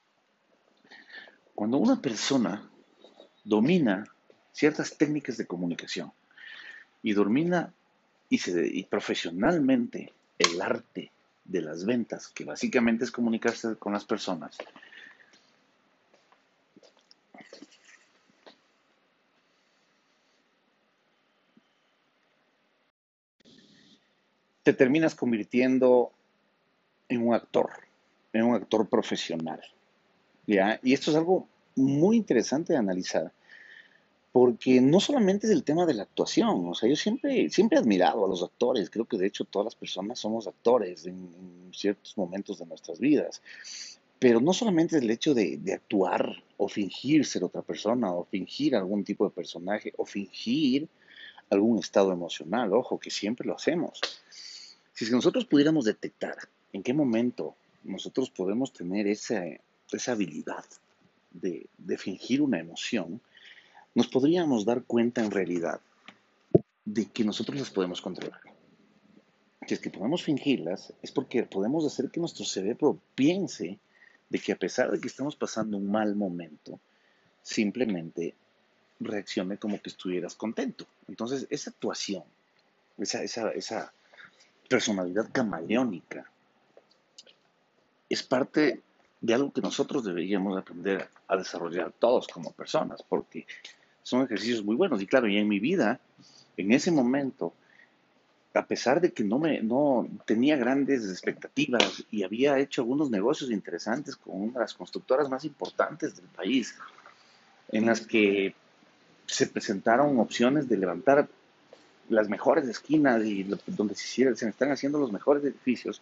Cuando una persona domina ciertas técnicas de comunicación y domina y, se, y profesionalmente el arte de las ventas, que básicamente es comunicarse con las personas, te terminas convirtiendo en un actor, en un actor profesional, ¿ya? Y esto es algo muy interesante de analizar, porque no solamente es el tema de la actuación, o sea, yo siempre, siempre he admirado a los actores, creo que de hecho todas las personas somos actores en, en ciertos momentos de nuestras vidas, pero no solamente es el hecho de, de actuar o fingir ser otra persona, o fingir algún tipo de personaje, o fingir algún estado emocional, ojo, que siempre lo hacemos. Si es que nosotros pudiéramos detectar en qué momento nosotros podemos tener esa, esa habilidad de, de fingir una emoción, nos podríamos dar cuenta en realidad de que nosotros las podemos controlar. Si es que podemos fingirlas, es porque podemos hacer que nuestro cerebro piense de que a pesar de que estamos pasando un mal momento, simplemente reaccione como que estuvieras contento. Entonces, esa actuación, esa, esa, esa personalidad camaleónica, es parte de algo que nosotros deberíamos aprender a desarrollar todos como personas, porque son ejercicios muy buenos. Y claro, y en mi vida, en ese momento, a pesar de que no, me, no tenía grandes expectativas y había hecho algunos negocios interesantes con una de las constructoras más importantes del país, en las que se presentaron opciones de levantar las mejores esquinas y donde se, hiciera, se están haciendo los mejores edificios,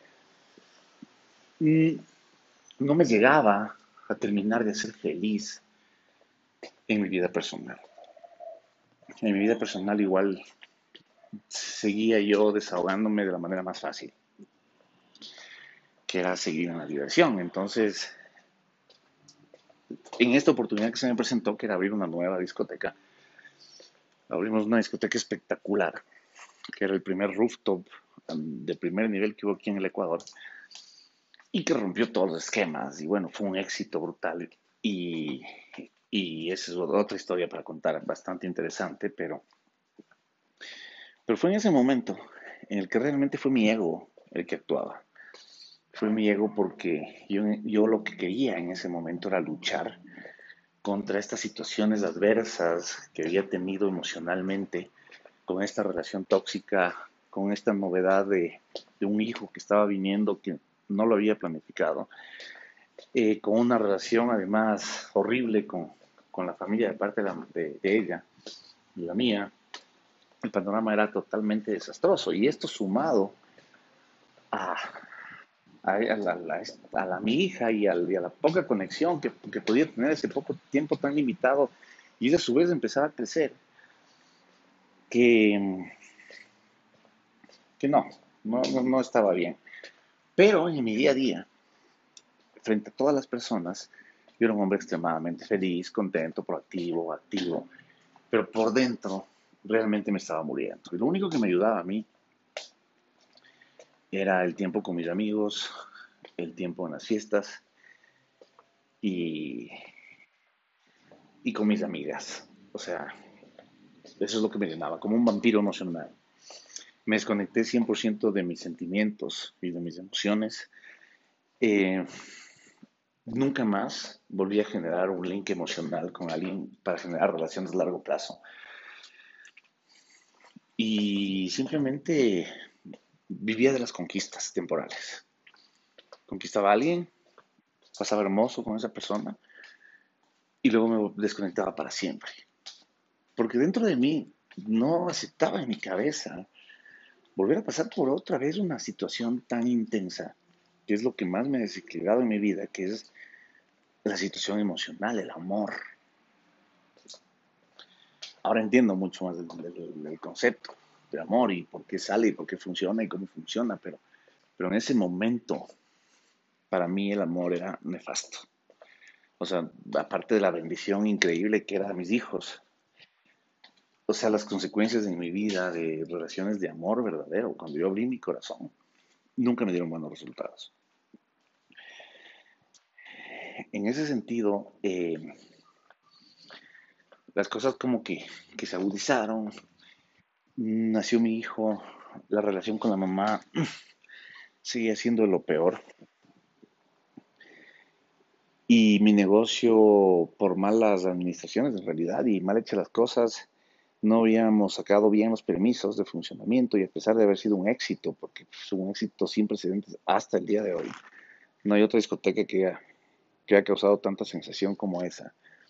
no me llegaba a terminar de ser feliz en mi vida personal. En mi vida personal igual seguía yo desahogándome de la manera más fácil, que era seguir en la diversión. Entonces, en esta oportunidad que se me presentó, que era abrir una nueva discoteca, abrimos una discoteca espectacular, que era el primer rooftop um, de primer nivel que hubo aquí en el Ecuador, y que rompió todos los esquemas, y bueno, fue un éxito brutal, y, y esa es otra historia para contar, bastante interesante, pero, pero fue en ese momento en el que realmente fue mi ego el que actuaba. Fue mi ego porque yo, yo lo que quería en ese momento era luchar contra estas situaciones adversas que había tenido emocionalmente, con esta relación tóxica, con esta novedad de, de un hijo que estaba viniendo que no lo había planificado, eh, con una relación además horrible con, con la familia de parte de, la, de, de ella y la mía. El panorama era totalmente desastroso y esto sumado a, a, a, la, la, a la, mi hija y a, y a la poca conexión que, que podía tener ese poco tiempo tan limitado, y ella a su vez empezaba a crecer, que, que no, no, no, no estaba bien. Pero en mi día a día, frente a todas las personas, yo era un hombre extremadamente feliz, contento, proactivo, activo, pero por dentro realmente me estaba muriendo. Y lo único que me ayudaba a mí era el tiempo con mis amigos, el tiempo en las fiestas y, y con mis amigas. O sea, eso es lo que me llenaba, como un vampiro emocional. Me desconecté cien por ciento de mis sentimientos y de mis emociones. Eh, Nunca más volví a generar un link emocional con alguien para generar relaciones a largo plazo. Y simplemente vivía de las conquistas temporales. Conquistaba a alguien, pasaba hermoso con esa persona y luego me desconectaba para siempre. Porque dentro de mí no aceptaba en mi cabeza volver a pasar por otra vez una situación tan intensa, que es lo que más me ha desequilibrado en mi vida, que es la situación emocional, el amor. Ahora entiendo mucho más del, del- del concepto de amor y por qué sale y por qué funciona y cómo funciona, pero, pero en ese momento para mí el amor era nefasto. O sea, aparte de la bendición increíble que era a mis hijos, o sea, las consecuencias en mi vida de relaciones de amor verdadero, cuando yo abrí mi corazón, nunca me dieron buenos resultados. En ese sentido, eh, las cosas como que, que se agudizaron, nació mi hijo, la relación con la mamá sigue siendo lo peor. Y mi negocio, por malas administraciones en realidad y mal hechas las cosas, no habíamos sacado bien los permisos de funcionamiento y a pesar de haber sido un éxito, porque fue un éxito sin precedentes hasta el día de hoy, no hay otra discoteca que haya, que haya causado tanta sensación como esa.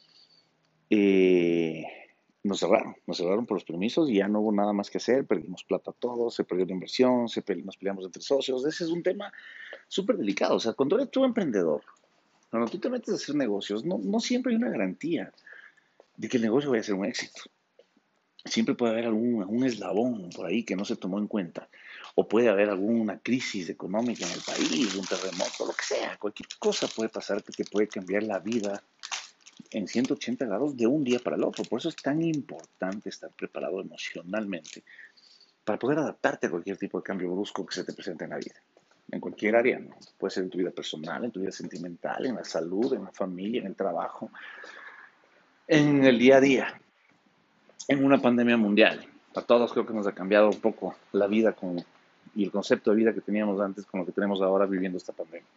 Eh, Nos cerraron, nos cerraron por los permisos y ya no hubo nada más que hacer, perdimos plata todos, se perdió la inversión, se pe- nos peleamos entre socios. Ese es un tema súper delicado. O sea, cuando eres tú emprendedor, cuando tú te metes a hacer negocios, no, no siempre hay una garantía de que el negocio vaya a ser un éxito. Siempre puede haber algún, algún eslabón por ahí que no se tomó en cuenta. O puede haber alguna crisis económica en el país, un terremoto, lo que sea. Cualquier cosa puede pasar que te puede cambiar la vida en ciento ochenta grados de un día para el otro. Por eso es tan importante estar preparado emocionalmente para poder adaptarte a cualquier tipo de cambio brusco que se te presente en la vida. En cualquier área, ¿no? Puede ser en tu vida personal, en tu vida sentimental, en la salud, en la familia, en el trabajo, en el día a día, en una pandemia mundial. A todos creo que nos ha cambiado un poco la vida con, y el concepto de vida que teníamos antes con lo que tenemos ahora viviendo esta pandemia.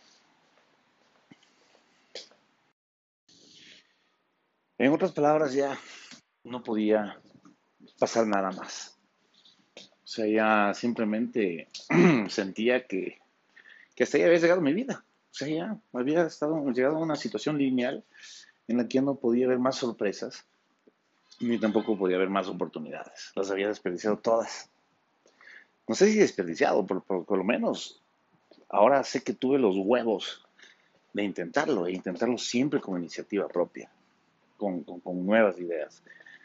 En otras palabras, ya no podía pasar nada más. O sea, ya simplemente sentía que, que hasta ahí había llegado mi vida. O sea, ya había estado, llegado a una situación lineal en la que ya no podía haber más sorpresas, ni tampoco podía haber más oportunidades. Las había desperdiciado todas. No sé si desperdiciado, pero por, por lo menos ahora sé que tuve los huevos de intentarlo, e intentarlo siempre con iniciativa propia, con, con, con nuevas ideas.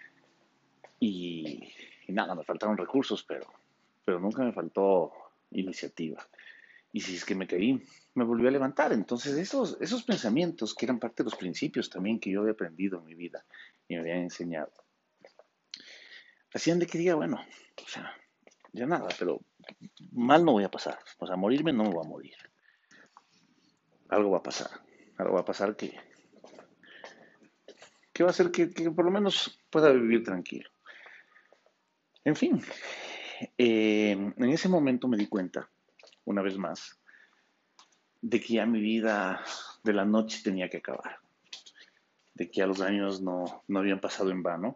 Y, y, nada, me faltaron recursos, pero, pero nunca me faltó iniciativa. Y si es que me caí, me volví a levantar. Entonces, esos, esos pensamientos que eran parte de los principios también que yo había aprendido en mi vida y me habían enseñado, hacían de que diga, bueno, o sea, ya nada, pero mal no voy a pasar. O sea, morirme no me voy a morir. Algo va a pasar. Algo va a pasar que, que va a hacer que, que por lo menos pueda vivir tranquilo. En fin, eh, en ese momento me di cuenta, una vez más, de que ya mi vida de la noche tenía que acabar, de que ya los años no, no habían pasado en vano,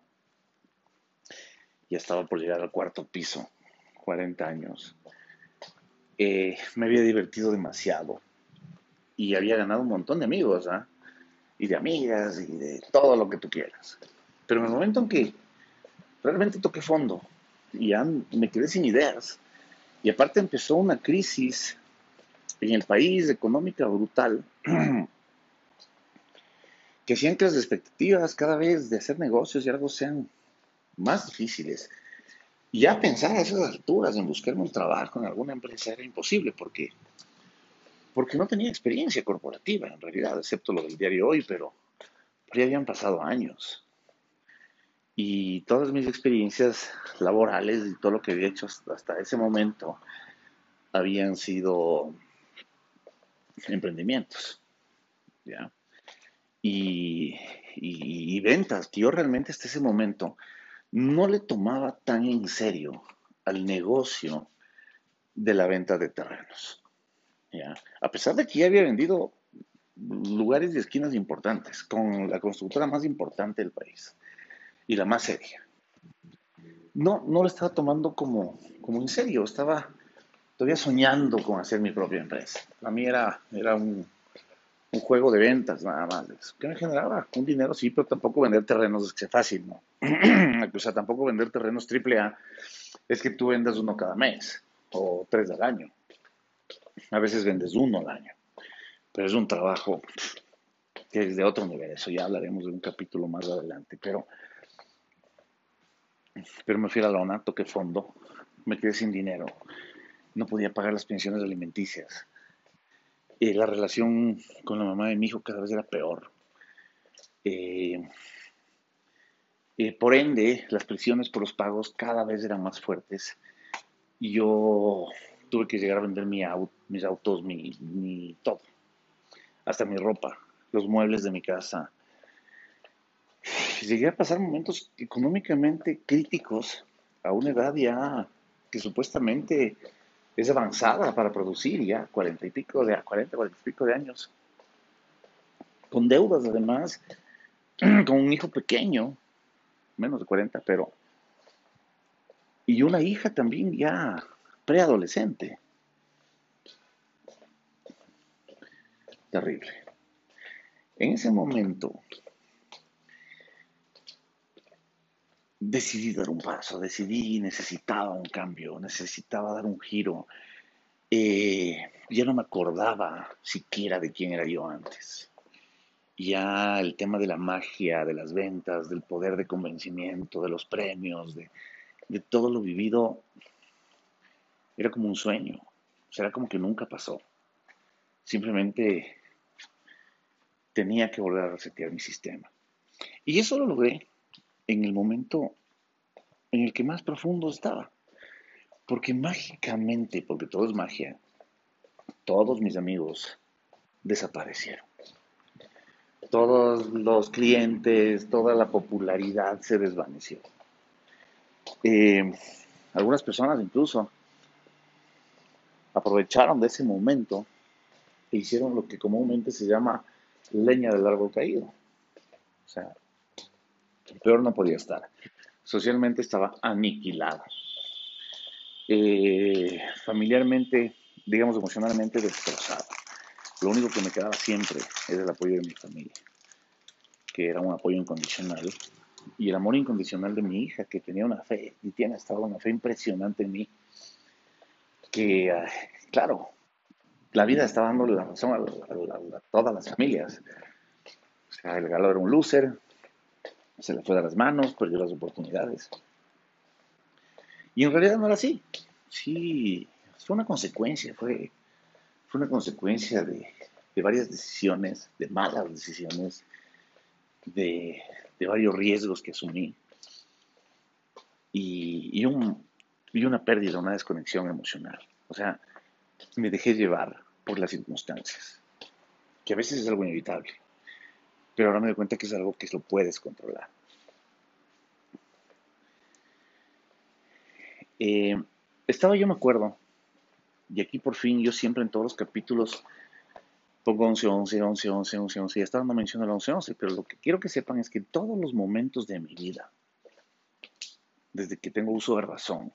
ya estaba por llegar al cuarto piso, cuarenta años. Eh, me había divertido demasiado y había ganado un montón de amigos, ¿eh? Y de amigas y de todo lo que tú quieras. Pero en el momento en que realmente toqué fondo y ya me quedé sin ideas, y aparte empezó una crisis en el país económica brutal, que hacían que las expectativas cada vez de hacer negocios y algo sean más difíciles. Y ya pensar a esas alturas en buscarme un trabajo en alguna empresa era imposible porque, porque no tenía experiencia corporativa en realidad, excepto lo del diario hoy, pero, pero ya habían pasado años. Y todas mis experiencias laborales y todo lo que había hecho hasta, hasta ese momento habían sido emprendimientos, ¿ya? Y, y, y ventas, que yo realmente hasta ese momento no le tomaba tan en serio al negocio de la venta de terrenos. ¿Ya? A pesar de que ya había vendido lugares y esquinas importantes, con la constructora más importante del país y la más seria. No, no lo estaba tomando como, como en serio, estaba todavía soñando con hacer mi propia empresa. Para mí era, era un, un juego de ventas nada más. ¿Qué me generaba? Un dinero sí, pero tampoco vender terrenos es que sea fácil, ¿no? O sea, tampoco vender terrenos triple A es que tú vendas uno cada mes o tres al año. A veces vendes uno al año, pero es un trabajo que es de otro nivel. Eso ya hablaremos de un capítulo más adelante. Pero, pero me fui a la lona, toqué fondo, me quedé sin dinero, no podía pagar las pensiones alimenticias. Y la relación con la mamá de mi hijo cada vez era peor. Eh, eh, por ende, las presiones por los pagos cada vez eran más fuertes. Y yo tuve que llegar a vender mi auto, mis autos, mi, mi todo, hasta mi ropa, los muebles de mi casa. Llegué a pasar momentos económicamente críticos a una edad ya que supuestamente es avanzada para producir ya cuarenta y pico de cuarenta, cuarenta y pico de años, con deudas además, con un hijo pequeño, menos de cuarenta, pero y una hija también ya preadolescente. Terrible. En ese momento decidí dar un paso, decidí necesitaba un cambio, necesitaba dar un giro. Eh, ya no me acordaba siquiera de quién era yo antes. Ya el tema de la magia, de las ventas, del poder de convencimiento, de los premios, de, de todo lo vivido, era como un sueño. O sea, era como que nunca pasó. Simplemente tenía que volver a resetear mi sistema. Y eso lo logré en el momento en el que más profundo estaba. Porque mágicamente, porque todo es magia, todos mis amigos desaparecieron. Todos los clientes, toda la popularidad se desvaneció. Eh, algunas personas incluso aprovecharon de ese momento e hicieron lo que comúnmente se llama leña del árbol caído. O sea, peor no podía estar. Socialmente estaba aniquilada. Eh, familiarmente, digamos emocionalmente destrozada. Lo único que me quedaba siempre era el apoyo de mi familia, que era un apoyo incondicional, y el amor incondicional de mi hija, que tenía una fe, y tiene hasta ahora una fe impresionante en mí, que, uh, claro, la vida está dándole la razón a, a, a, a todas las familias. O sea, el galo era un loser, se le fue de las manos, perdió las oportunidades. Y en realidad no era así. Sí, fue una consecuencia, fue, fue una consecuencia de, de varias decisiones, de malas decisiones, de, de varios riesgos que asumí y, y, un, y una pérdida, una desconexión emocional. O sea, me dejé llevar por las circunstancias, que a veces es algo inevitable, pero ahora me doy cuenta que es algo que lo puedes controlar. Eh, estaba yo, me acuerdo, y aquí por fin yo siempre en todos los capítulos pongo once, once, once, once, once, once, y hasta no menciono el once, once, pero lo que quiero que sepan es que en todos los momentos de mi vida, desde que tengo uso de razón,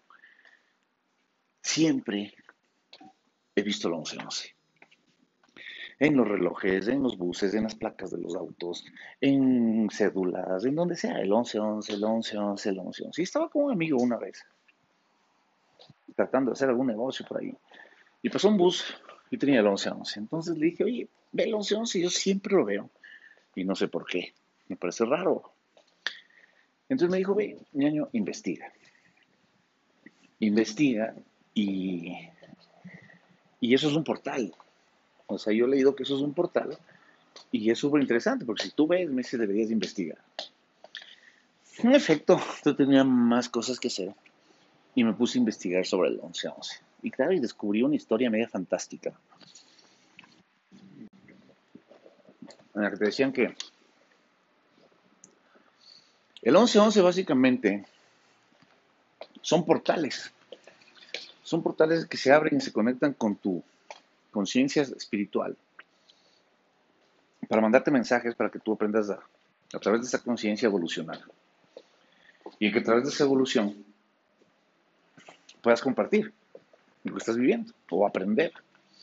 siempre he visto el once, once. En los relojes, en los buses, en las placas de los autos, en cédulas, en donde sea, el once, once, el once, once, el once, once. Y estaba con un amigo una vez, tratando de hacer algún negocio por ahí. Y pasó un bus y tenía el once, once. Entonces le dije, oye, ve el once, once, yo siempre lo veo. Y no sé por qué, me parece raro. Entonces me dijo, ve, ñaño, investiga. Investiga y, y eso es un portal. O sea, yo he leído que eso es un portal y es súper interesante porque si tú ves, me dice, deberías investigar. En efecto, yo tenía más cosas que hacer y me puse a investigar sobre el once once. Y claro, y descubrí una historia media fantástica en la que te decían que el once once básicamente son portales. Son portales que se abren y se conectan con tu conciencia espiritual para mandarte mensajes para que tú aprendas a, a través de esa conciencia, evolucionar. Y que a través de esa evolución puedas compartir lo que estás viviendo o aprender.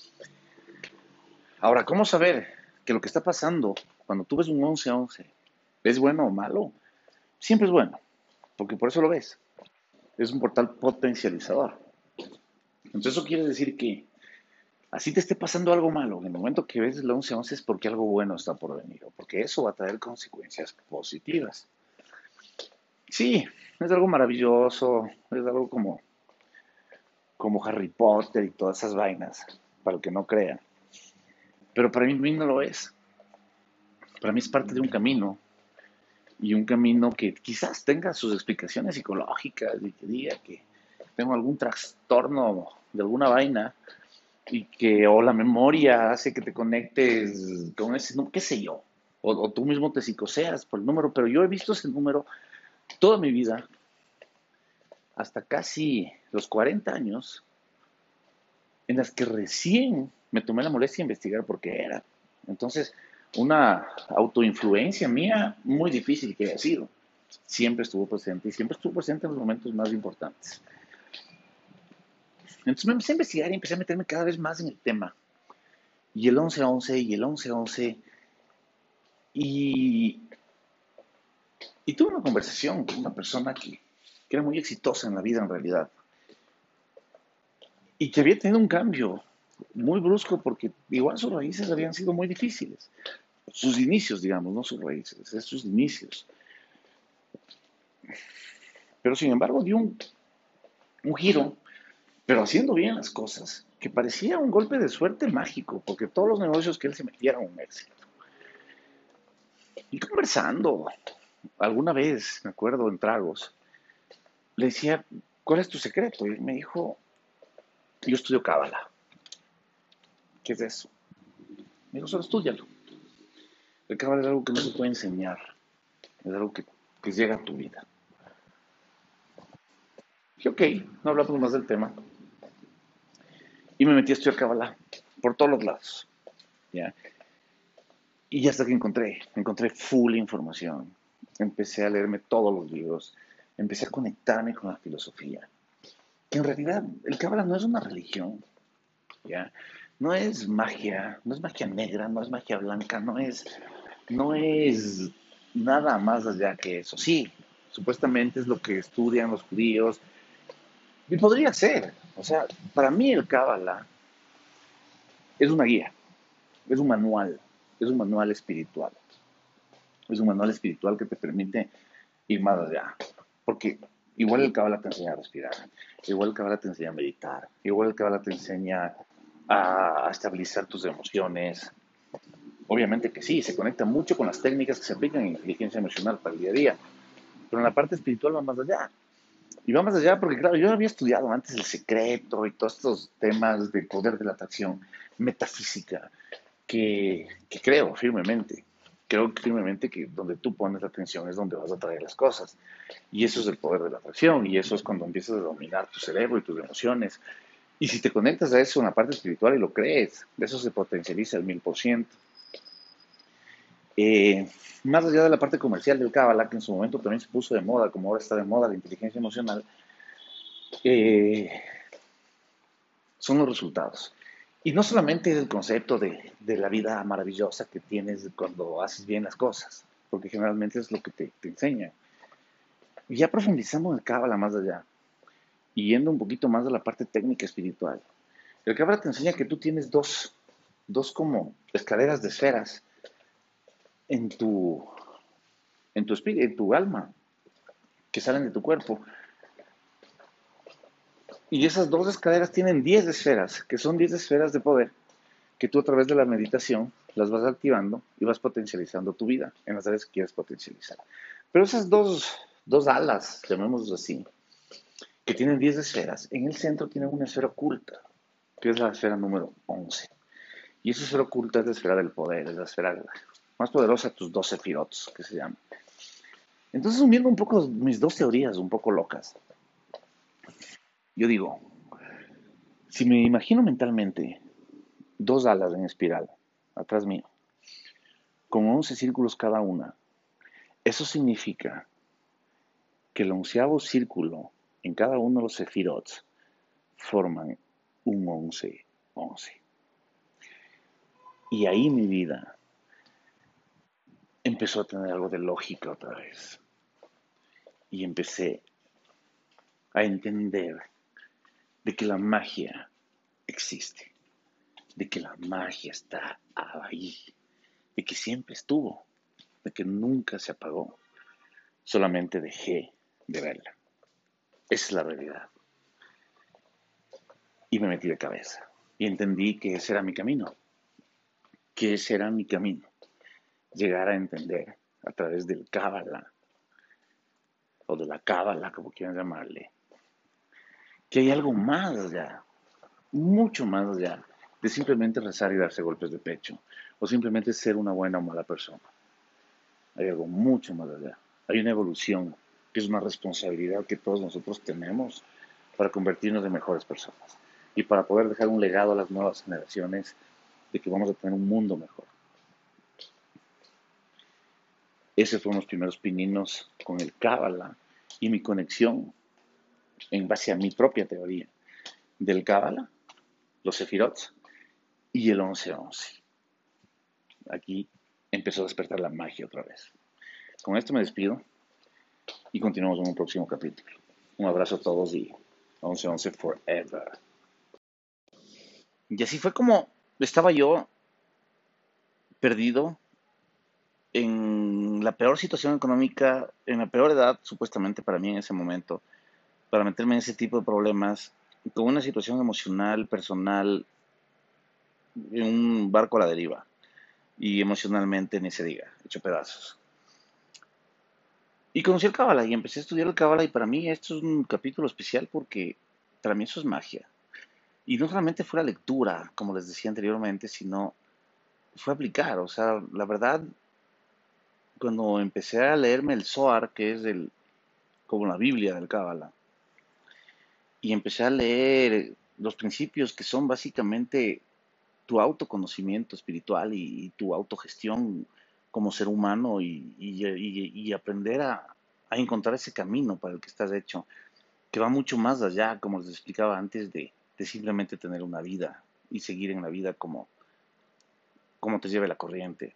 Ahora, ¿cómo saber que lo que está pasando cuando tú ves un once once es bueno o malo? Siempre es bueno, porque por eso lo ves. Es un portal potencializador. Entonces eso quiere decir que así te esté pasando algo malo, en el momento que ves el once once es porque algo bueno está por venir, o porque eso va a traer consecuencias positivas. Sí, es algo maravilloso, es algo como, como Harry Potter y todas esas vainas, para el que no crea. Pero para mí no lo es. Para mí es parte de un camino, y un camino que quizás tenga sus explicaciones psicológicas y que diga que tengo algún trastorno de alguna vaina y que o la memoria hace que te conectes con ese, no, qué sé yo, o, o tú mismo te psicoseas por el número, pero yo he visto ese número toda mi vida, hasta casi los cuarenta años, en las que recién me tomé la molestia de investigar por qué era. Entonces, una autoinfluencia mía muy difícil que haya sido. Siempre estuvo presente y siempre estuvo presente en los momentos más importantes. Entonces me empecé a investigar y empecé a meterme cada vez más en el tema. Y el once once y el once once. Y, y tuve una conversación con una persona que, que era muy exitosa en la vida en realidad. Y que había tenido un cambio muy brusco porque igual sus raíces habían sido muy difíciles. Sus inicios, digamos, no sus raíces, es sus inicios. Pero sin embargo dio un, un giro, pero haciendo bien las cosas, que parecía un golpe de suerte mágico, porque todos los negocios que él se metiera eran un éxito. Y conversando, alguna vez, me acuerdo, en tragos, le decía, ¿cuál es tu secreto? Y él me dijo, yo estudio Cábala. ¿Qué es eso? Me dijo, solo estúdialo. El Cábala es algo que no se puede enseñar, es algo que, que llega a tu vida. Dije, ok, no hablamos más del tema. Y me metí a estudiar Cábala por todos los lados. ¿Ya? Y hasta que encontré, encontré full información. Empecé a leerme todos los libros. Empecé a conectarme con la filosofía. Que en realidad el Cábala no es una religión. ¿Ya? No es magia, no es magia negra, no es magia blanca, no es, no es nada más allá que eso. Sí, supuestamente es lo que estudian los judíos. Y podría ser. O sea, para mí el Cábala es una guía, es un manual, es un manual espiritual. Es un manual espiritual que te permite ir más allá. Porque igual el Cábala te enseña a respirar, igual el Cábala te enseña a meditar, igual el Cábala te enseña a, a estabilizar tus emociones. Obviamente que sí, se conecta mucho con las técnicas que se aplican en inteligencia emocional para el día a día. Pero en la parte espiritual va más allá. Y va más allá porque, claro, yo había estudiado antes El Secreto y todos estos temas de poder de la atracción, metafísica, que, que creo firmemente. Creo firmemente que donde tú pones la atención es donde vas a traer las cosas. Y eso es el poder de la atracción. Y eso es cuando empiezas a dominar tu cerebro y tus emociones. Y si te conectas a eso en la parte espiritual y lo crees, eso se potencializa al mil por ciento. Eh, más allá de la parte comercial del Cábala, que en su momento también se puso de moda, como ahora está de moda la inteligencia emocional, eh, son los resultados. Y no solamente es el concepto de, de, la vida maravillosa que tienes cuando haces bien las cosas, porque generalmente es lo que te, te enseñan. Y ya profundizamos en el Cábala más allá, y yendo un poquito más a la parte técnica espiritual. El Cábala te enseña que tú tienes dos, dos como escaleras de esferas en tu, en tu espíritu, en tu alma, que salen de tu cuerpo. Y esas dos escaleras tienen diez esferas, que son diez esferas de poder, que tú a través de la meditación las vas activando y vas potencializando tu vida en las áreas que quieres potencializar. Pero esas dos, dos alas, llamémoslo así, que tienen diez esferas, en el centro tienen una esfera oculta, que es la esfera número once. Y esa esfera oculta es la esfera del poder, es la esfera más poderosa de tus doce firots, que se llaman. Entonces, uniendo un poco mis dos teorías un poco locas, yo digo, Si me imagino mentalmente dos alas en espiral atrás mío, con once círculos cada una, eso significa que el onceavo círculo en cada uno de los sefirots forman un once, once. Y ahí mi vida empezó a tener algo de lógica otra vez. Y empecé a entender de que la magia existe, de que la magia está ahí, de que siempre estuvo, de que nunca se apagó. Solamente dejé de verla. Esa es la realidad. Y me metí de cabeza. Y entendí que ese era mi camino. Que ese era mi camino. Llegar a entender a través del Cábala, o de la Cábala, como quieran llamarle, que hay algo más allá, mucho más allá de simplemente rezar y darse golpes de pecho, o simplemente ser una buena o mala persona. Hay algo mucho más allá. Hay una evolución, que es una responsabilidad que todos nosotros tenemos para convertirnos en mejores personas y para poder dejar un legado a las nuevas generaciones de que vamos a tener un mundo mejor. Esos fueron los primeros pininos con el Cábala y mi conexión en base a mi propia teoría del Cábala, los Sefirots y el once once. Aquí empezó a despertar la magia otra vez. Con esto me despido y continuamos en un próximo capítulo. Un abrazo a todos y once once forever. Y así fue como estaba yo perdido en la peor situación económica, en la peor edad supuestamente para mí en ese momento, para meterme en ese tipo de problemas, con una situación emocional, personal, en un barco a la deriva y emocionalmente ni se diga, hecho pedazos. Y conocí el Cábala y empecé a estudiar el Cábala y para mí esto es un capítulo especial porque para mí eso es magia. Y no solamente fue la lectura, como les decía anteriormente, sino fue aplicar. O sea, la verdad, cuando empecé a leerme el Zohar, que es el, como la Biblia del Cábala, y empecé a leer los principios que son básicamente tu autoconocimiento espiritual y, y tu autogestión como ser humano y, y- y- y aprender a, a encontrar ese camino para el que estás hecho, que va mucho más allá, como les explicaba antes, de, de simplemente tener una vida y seguir en la vida como, como te lleve la corriente.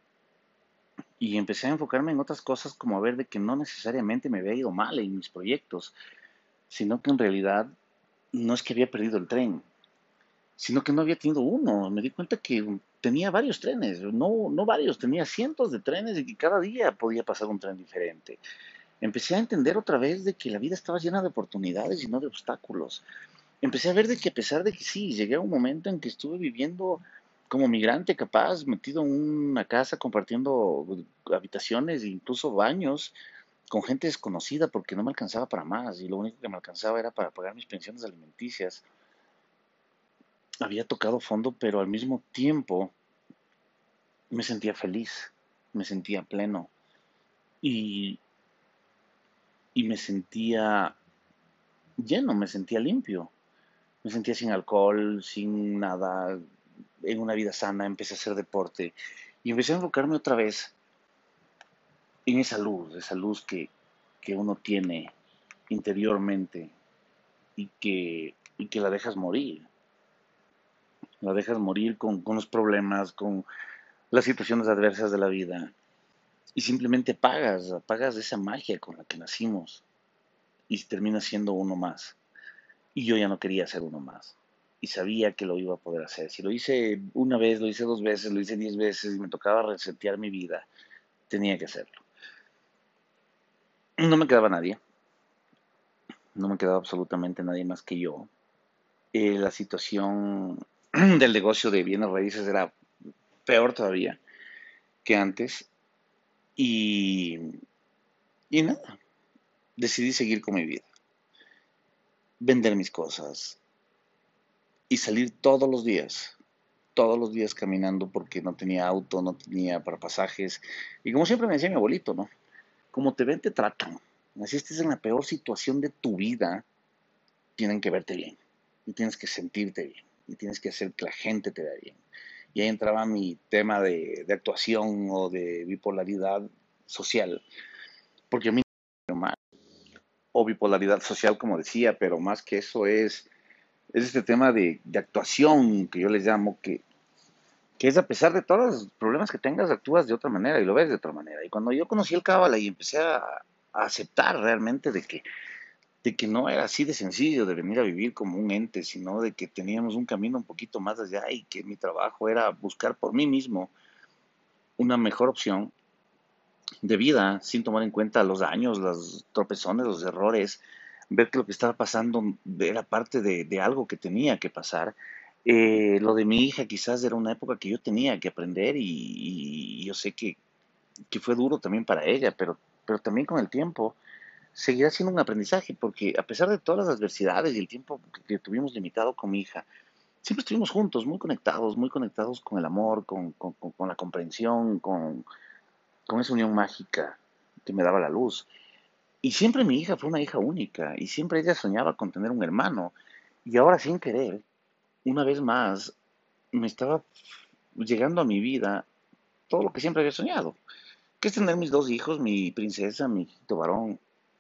Y empecé a enfocarme en otras cosas como a ver de que no necesariamente me había ido mal en mis proyectos, sino que en realidad no es que había perdido el tren, sino que no había tenido uno. Me di cuenta que tenía varios trenes, no, no varios, tenía cientos de trenes y que cada día podía pasar un tren diferente. Empecé a entender otra vez de que la vida estaba llena de oportunidades y no de obstáculos. Empecé a ver de que a pesar de que sí, llegué a un momento en que estuve viviendo como migrante capaz, metido en una casa compartiendo habitaciones e incluso baños con gente desconocida porque no me alcanzaba para más y lo único que me alcanzaba era para pagar mis pensiones alimenticias. Había tocado fondo, pero al mismo tiempo me sentía feliz, me sentía pleno y, y me sentía lleno, me sentía limpio, me sentía sin alcohol, sin nada, en una vida sana, empecé a hacer deporte y empecé a enfocarme otra vez en esa luz, esa luz que, que uno tiene interiormente y que, y que la dejas morir, la dejas morir con, con los problemas, con las situaciones adversas de la vida y simplemente apagas, apagas esa magia con la que nacimos y terminas siendo uno más. Y yo ya no quería ser uno más. Y sabía que lo iba a poder hacer. Si lo hice una vez, lo hice dos veces, lo hice diez veces y me tocaba resetear mi vida, tenía que hacerlo. No me quedaba nadie, no me quedaba absolutamente nadie más que yo. Eh, la situación del negocio de bienes raíces era peor todavía que antes. Y, y nada, decidí seguir con mi vida, vender mis cosas y salir todos los días, todos los días caminando porque no tenía auto, no tenía para pasajes. Y como siempre me decía mi abuelito, ¿no? Como te ven, te tratan. Así estés en la peor situación de tu vida, tienen que verte bien. y tienes que sentirte bien y tienes que hacer que la gente te vea bien. Y ahí entraba mi tema de, de actuación o de bipolaridad social, porque a mí o bipolaridad social, como decía, pero más que eso es, es este tema de, de actuación que yo les llamo, que, que es a pesar de todos los problemas que tengas, actúas de otra manera y lo ves de otra manera. Y cuando yo conocí el Cábala y empecé a, a aceptar realmente de que, de que no era así de sencillo de venir a vivir como un ente, sino de que teníamos un camino un poquito más allá y que mi trabajo era buscar por mí mismo una mejor opción de vida, sin tomar en cuenta los daños, los tropezones, los errores, ver que lo que estaba pasando era parte de, de algo que tenía que pasar. Eh, lo de mi hija quizás era una época que yo tenía que aprender y, y yo sé que, que fue duro también para ella, pero, pero también con el tiempo seguirá siendo un aprendizaje, porque a pesar de todas las adversidades y el tiempo que, que tuvimos limitado con mi hija, siempre estuvimos juntos, muy conectados, muy conectados con el amor, con, con, con, con la comprensión, con, con esa unión mágica que me daba la luz. Y siempre mi hija fue una hija única y siempre ella soñaba con tener un hermano. Y ahora sin querer, una vez más, me estaba llegando a mi vida todo lo que siempre había soñado, que es tener mis dos hijos, mi princesa, mi hijito varón,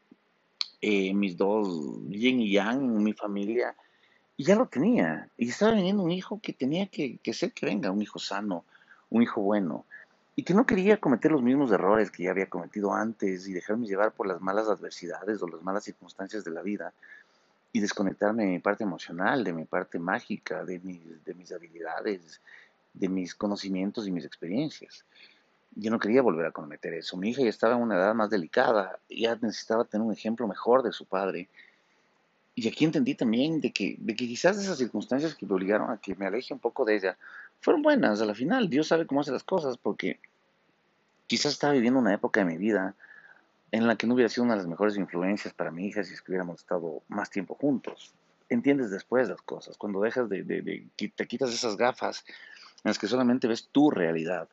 eh, mis dos yin y yang, mi familia. Y ya lo tenía. Y estaba viniendo un hijo que tenía que, que ser que venga, un hijo sano, un hijo bueno. Y que no quería cometer los mismos errores que ya había cometido antes y dejarme llevar por las malas adversidades o las malas circunstancias de la vida y desconectarme de mi parte emocional, de mi parte mágica, de mis, de mis habilidades, de mis conocimientos y mis experiencias. Yo no quería volver a cometer eso. Mi hija ya estaba en una edad más delicada, ya necesitaba tener un ejemplo mejor de su padre. Y aquí entendí también de que, de que quizás esas circunstancias que me obligaron a que me aleje un poco de ella fueron buenas. A la final, Dios sabe cómo hace las cosas, porque quizás estaba viviendo una época de mi vida en la que no hubiera sido una de las mejores influencias para mi hija si es que hubiéramos estado más tiempo juntos. Entiendes después las cosas, cuando dejas de, de, de te quitas esas gafas en las que solamente ves tu realidad.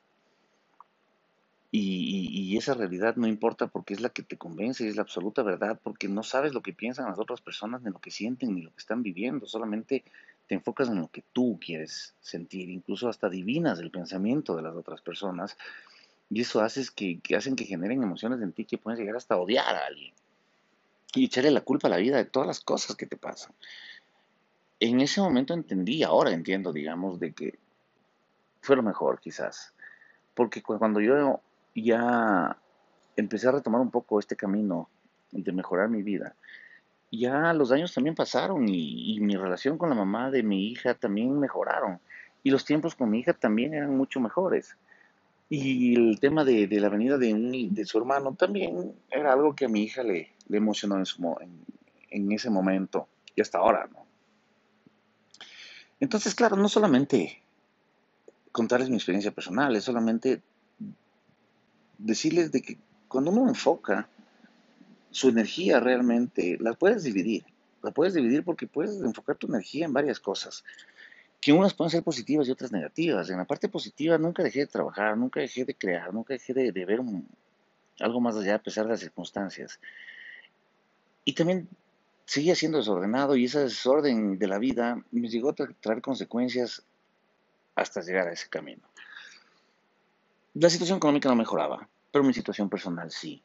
Y, y, y, esa realidad no importa porque es la que te convence, es la absoluta verdad, porque no sabes lo que piensan las otras personas, ni lo que sienten, ni lo que están viviendo, solamente te enfocas en lo que tú quieres sentir, incluso hasta adivinas el pensamiento de las otras personas, y eso hace que, que hacen que generen emociones en ti que pueden llegar hasta odiar a alguien y echarle la culpa a la vida de todas las cosas que te pasan. En ese momento entendí, ahora entiendo, digamos, de que fue lo mejor quizás, porque cuando yo ya empecé a retomar un poco este camino de mejorar mi vida, ya los años también pasaron y, y mi relación con la mamá de mi hija también mejoraron. Y los tiempos con mi hija también eran mucho mejores. Y el tema de, de la venida de, un, de su hermano también era algo que a mi hija le, le emocionó en, su, en, en ese momento y hasta ahora, ¿no? Entonces, claro, no solamente contarles mi experiencia personal, es solamente decirles de que cuando uno enfoca su energía realmente, la puedes dividir. La puedes dividir porque puedes enfocar tu energía en varias cosas, que unas pueden ser positivas y otras negativas. En la parte positiva nunca dejé de trabajar, nunca dejé de crear, nunca dejé de, de ver un, algo más allá a pesar de las circunstancias. Y también seguía siendo desordenado y ese desorden de la vida me llegó a tra traer consecuencias hasta llegar a ese camino. La situación económica no mejoraba, pero mi situación personal sí.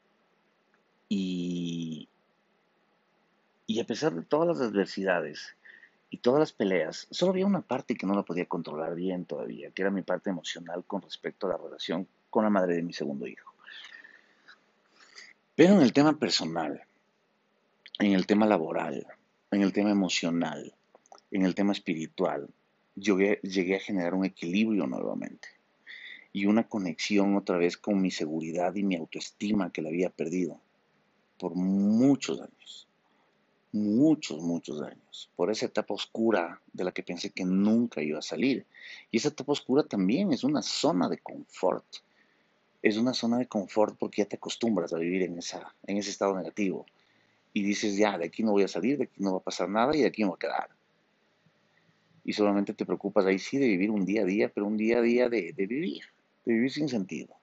Y, y a pesar de todas las adversidades y todas las peleas, solo había una parte que no la podía controlar bien todavía, que era mi parte emocional con respecto a la relación con la madre de mi segundo hijo. Pero en el tema personal, en el tema laboral, en el tema emocional, en el tema espiritual, yo llegué a generar un equilibrio nuevamente y una conexión otra vez con mi seguridad y mi autoestima que la había perdido por muchos años, muchos, muchos años, por esa etapa oscura de la que pensé que nunca iba a salir. Y esa etapa oscura también es una zona de confort, es una zona de confort porque ya te acostumbras a vivir en, esa, en ese estado negativo y dices, ya, de aquí no voy a salir, de aquí no va a pasar nada y de aquí me voy a quedar. Y solamente te preocupas ahí sí de vivir un día a día, pero un día a día de, de vivir, de vivir sin sentido.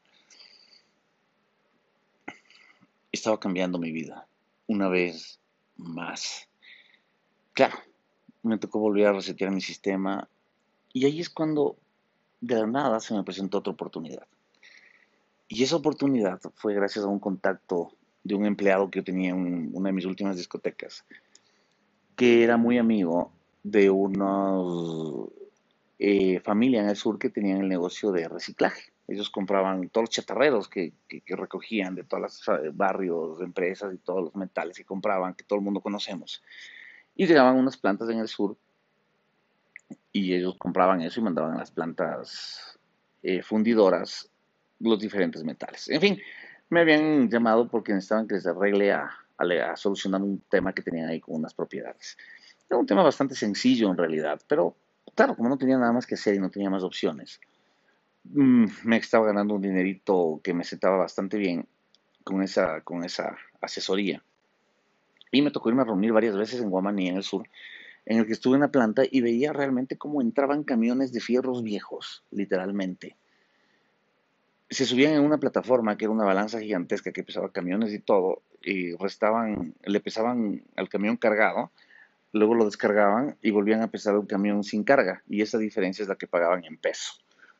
Estaba cambiando mi vida una vez más. Claro, me tocó volver a resetear mi sistema y ahí es cuando de la nada se me presentó otra oportunidad. Y esa oportunidad fue gracias a un contacto de un empleado que yo tenía en una de mis últimas discotecas, que era muy amigo de una eh, familia en el sur que tenían el negocio de reciclaje. Ellos compraban todos los chatarreros que, que, que recogían de todos los eh, barrios, empresas y todos los metales que compraban, que todo el mundo conocemos. Y llegaban unas plantas en el sur y ellos compraban eso y mandaban a las plantas eh, fundidoras los diferentes metales. En fin, me habían llamado porque necesitaban que les arregle a, a, a solucionar un tema que tenían ahí con unas propiedades. Era un tema bastante sencillo en realidad, pero claro, como no tenía nada más que hacer y no tenía más opciones, mmm, me estaba ganando un dinerito que me sentaba bastante bien con esa, con esa asesoría. Y me tocó irme a reunir varias veces en Guamaní, en el sur, en el que estuve en la planta y veía realmente cómo entraban camiones de fierros viejos, literalmente. Se subían en una plataforma que era una balanza gigantesca que pesaba camiones y todo, y restaban, le pesaban al camión cargado, luego lo descargaban y volvían a pesar un camión sin carga, y esa diferencia es la que pagaban en peso.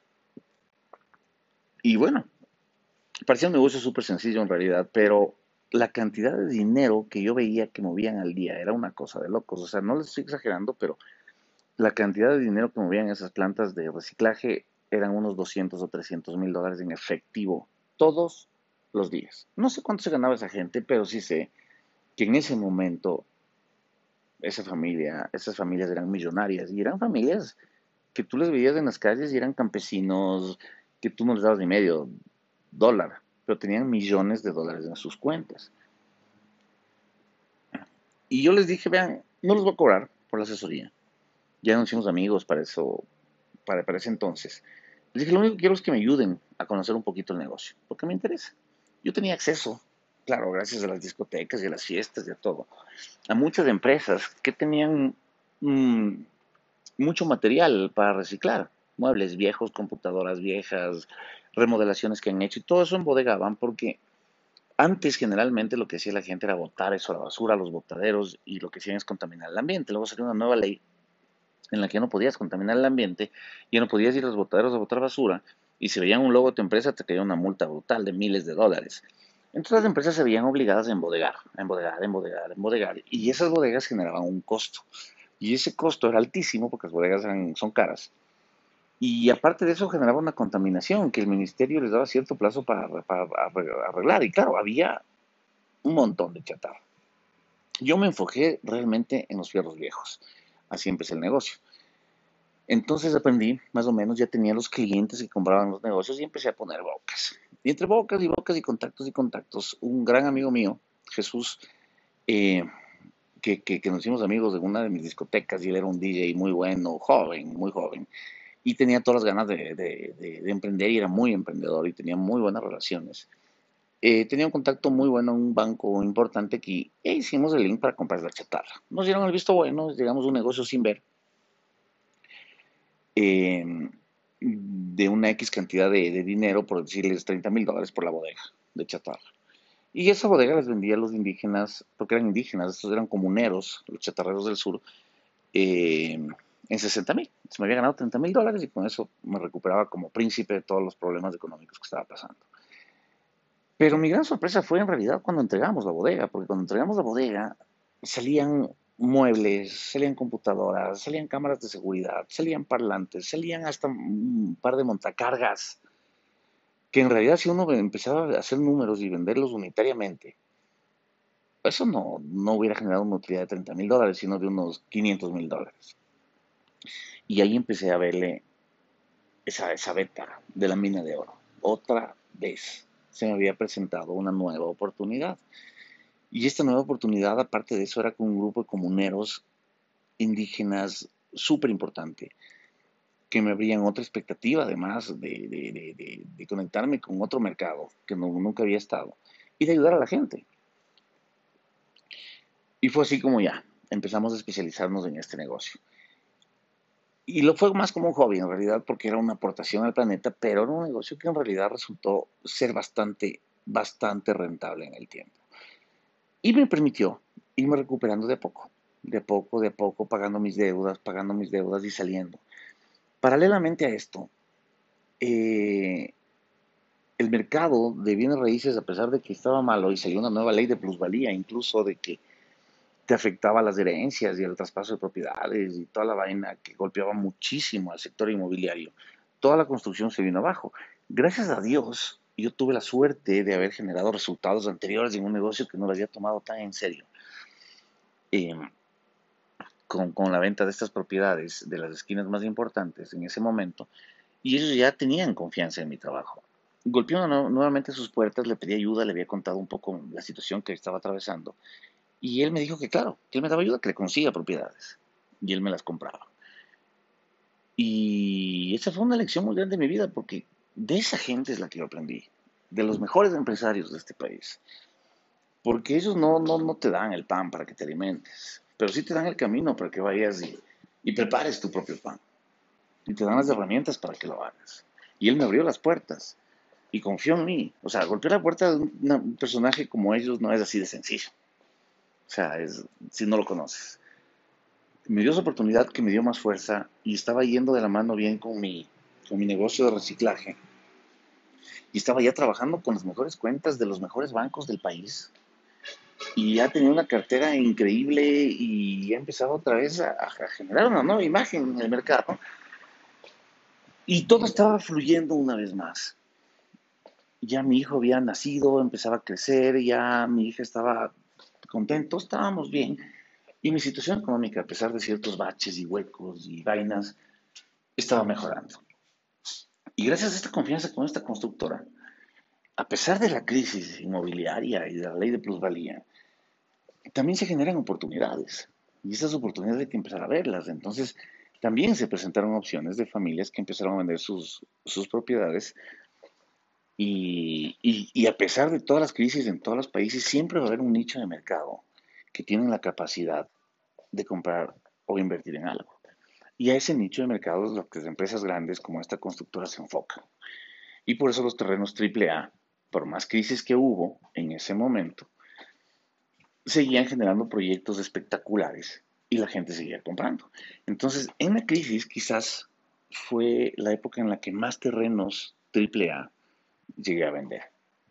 Y bueno, parecía un negocio súper sencillo en realidad, pero la cantidad de dinero que yo veía que movían al día era una cosa de locos. O sea, no les estoy exagerando, pero la cantidad de dinero que movían esas plantas de reciclaje eran unos doscientos o trescientos mil dólares en efectivo todos los días. No sé cuánto se ganaba esa gente, pero sí sé que en ese momento esa familia, esas familias eran millonarias y eran familias que tú les veías en las calles y eran campesinos que tú no les dabas ni medio dólar, pero tenían millones de dólares en sus cuentas. Y yo les dije, vean, no les voy a cobrar por la asesoría. Ya nos hicimos amigos para eso, para, para ese entonces. Les dije, lo único que quiero es que me ayuden a conocer un poquito el negocio, porque me interesa. Yo tenía acceso, claro, gracias a las discotecas y a las fiestas y a todo, a muchas empresas que tenían mmm, mucho material para reciclar, muebles viejos, computadoras viejas, remodelaciones que han hecho y todo eso embodegaban porque antes generalmente lo que hacía la gente era botar eso a la basura, a los botaderos y lo que hacían es contaminar el ambiente. Luego salió una nueva ley en la que ya no podías contaminar el ambiente, ya no podías ir a los botaderos a botar basura y si veían un logo de tu empresa te caía una multa brutal de miles de dólares. Entonces las empresas se veían obligadas a embodegar, a embodegar, a embodegar, a embodegar y esas bodegas generaban un costo. Y ese costo era altísimo porque las bodegas eran, son caras. Y aparte de eso generaba una contaminación que el ministerio les daba cierto plazo para, para arreglar. Y claro, había un montón de chatarra. Yo me enfoqué realmente en los fierros viejos. Así empecé el negocio. Entonces aprendí, más o menos, ya tenía los clientes que compraban los negocios y empecé a poner bocas. Y entre bocas y bocas y contactos y contactos, un gran amigo mío, Jesús, eh, que, que, que nos hicimos amigos de una de mis discotecas y él era un D J muy bueno, joven, muy joven. Y tenía todas las ganas de, de, de, de emprender y era muy emprendedor y tenía muy buenas relaciones. Eh, tenía un contacto muy bueno en un banco importante aquí e hicimos el link para comprar la chatarra. Nos dieron el visto bueno, llegamos a un negocio sin ver, eh, de una X cantidad de, de dinero, por decirles treinta mil dólares por la bodega de chatarra. Y esa bodega les vendía a los indígenas, porque eran indígenas, estos eran comuneros, los chatarreros del sur, eh, en sesenta mil. Se me había ganado treinta mil dólares y con eso me recuperaba como príncipe de todos los problemas económicos que estaba pasando. Pero mi gran sorpresa fue en realidad cuando entregamos la bodega, porque cuando entregamos la bodega salían muebles, salían computadoras, salían cámaras de seguridad, salían parlantes, salían hasta un par de montacargas, que en realidad si uno empezaba a hacer números y venderlos unitariamente, eso no, no hubiera generado una utilidad de treinta mil dólares, sino de unos quinientos mil dólares. Y ahí empecé a verle esa, esa beta de la mina de oro. Otra vez se me había presentado una nueva oportunidad. Y esta nueva oportunidad, aparte de eso, era con un grupo de comuneros indígenas súper importante, que me abrían otra expectativa, además de, de, de, de, de conectarme con otro mercado que no, nunca había estado y de ayudar a la gente. Y fue así como ya empezamos a especializarnos en este negocio. Y lo fue más como un hobby en realidad porque era una aportación al planeta, pero era un negocio que en realidad resultó ser bastante, bastante rentable en el tiempo. Y me permitió irme recuperando de a poco. de a poco, de a poco, pagando mis deudas, pagando mis deudas y saliendo. Paralelamente a esto, eh, el mercado de bienes raíces, a pesar de que estaba malo y salió una nueva ley de plusvalía, incluso de que te afectaba las herencias y el traspaso de propiedades y toda la vaina que golpeaba muchísimo al sector inmobiliario, toda la construcción se vino abajo. Gracias a Dios, yo tuve la suerte de haber generado resultados anteriores en un negocio que no lo había tomado tan en serio. Eh, con, con la venta de estas propiedades de las esquinas más importantes en ese momento, y ellos ya tenían confianza en mi trabajo. Golpeó nuevamente sus puertas, le pedí ayuda, le había contado un poco la situación que estaba atravesando, y él me dijo que claro, que él me daba ayuda, que le consiga propiedades, y él me las compraba. Y esa fue una lección muy grande de mi vida, porque de esa gente es la que yo aprendí, de los mejores empresarios de este país, porque ellos no, no, no te dan el pan para que te alimentes, pero sí te dan el camino para que vayas y, y prepares tu propio pan, y te dan las herramientas para que lo hagas. Y él me abrió las puertas y confió en mí. O sea, golpear la puerta de un, una, un personaje como ellos no es así de sencillo. O sea, es, si no lo conoces. Me dio esa oportunidad que me dio más fuerza y estaba yendo de la mano bien con mi, con mi negocio de reciclaje. Y estaba ya trabajando con las mejores cuentas de los mejores bancos del país. Y ya tenía una cartera increíble y ya empezaba otra vez a, a generar una nueva imagen en el mercado. Y todo estaba fluyendo una vez más. Ya mi hijo había nacido, empezaba a crecer, ya mi hija estaba contento, estábamos bien. Y mi situación económica, a pesar de ciertos baches y huecos y vainas, estaba mejorando. Y gracias a esta confianza con esta constructora, a pesar de la crisis inmobiliaria y de la ley de plusvalía, también se generan oportunidades. Y esas oportunidades hay que empezar a verlas. Entonces, también se presentaron opciones de familias que empezaron a vender sus, sus propiedades. Y, y, y a pesar de todas las crisis en todos los países, siempre va a haber un nicho de mercado que tiene la capacidad de comprar o invertir en algo. Y a ese nicho de mercado es lo que las empresas grandes como esta constructora se enfocan. Y por eso los terrenos triple A, por más crisis que hubo en ese momento, seguían generando proyectos espectaculares y la gente seguía comprando. Entonces, en la crisis quizás fue la época en la que más terrenos triple A llegué a vender.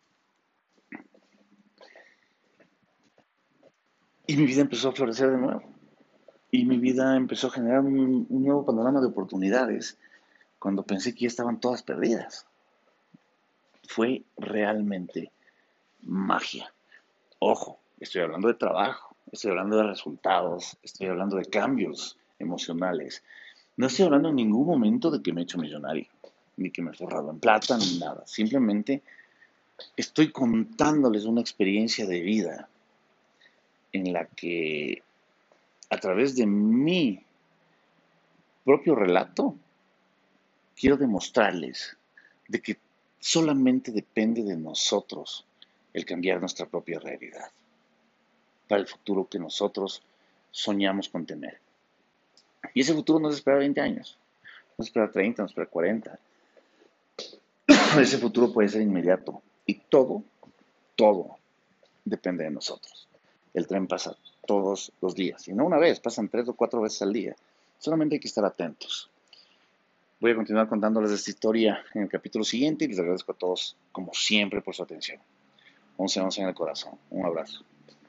Y mi vida empezó a florecer de nuevo. Y mi vida empezó a generar un, un nuevo panorama de oportunidades cuando pensé que ya estaban todas perdidas. Fue realmente magia. Ojo, estoy hablando de trabajo, estoy hablando de resultados, estoy hablando de cambios emocionales. No estoy hablando en ningún momento de que me he hecho millonario, ni que me he forrado en plata, ni nada. Simplemente estoy contándoles una experiencia de vida en la que a través de mi propio relato quiero demostrarles de que solamente depende de nosotros el cambiar nuestra propia realidad para el futuro que nosotros soñamos con tener. Y ese futuro no se espera veinte años, no se espera treinta, no se espera cuarenta. Ese futuro puede ser inmediato. Y todo, todo depende de nosotros. El tren pasa todos los días. Y no una vez, pasan tres o cuatro veces al día. Solamente hay que estar atentos. Voy a continuar contándoles esta historia en el capítulo siguiente y les agradezco a todos, como siempre, por su atención. once once en el corazón. Un abrazo.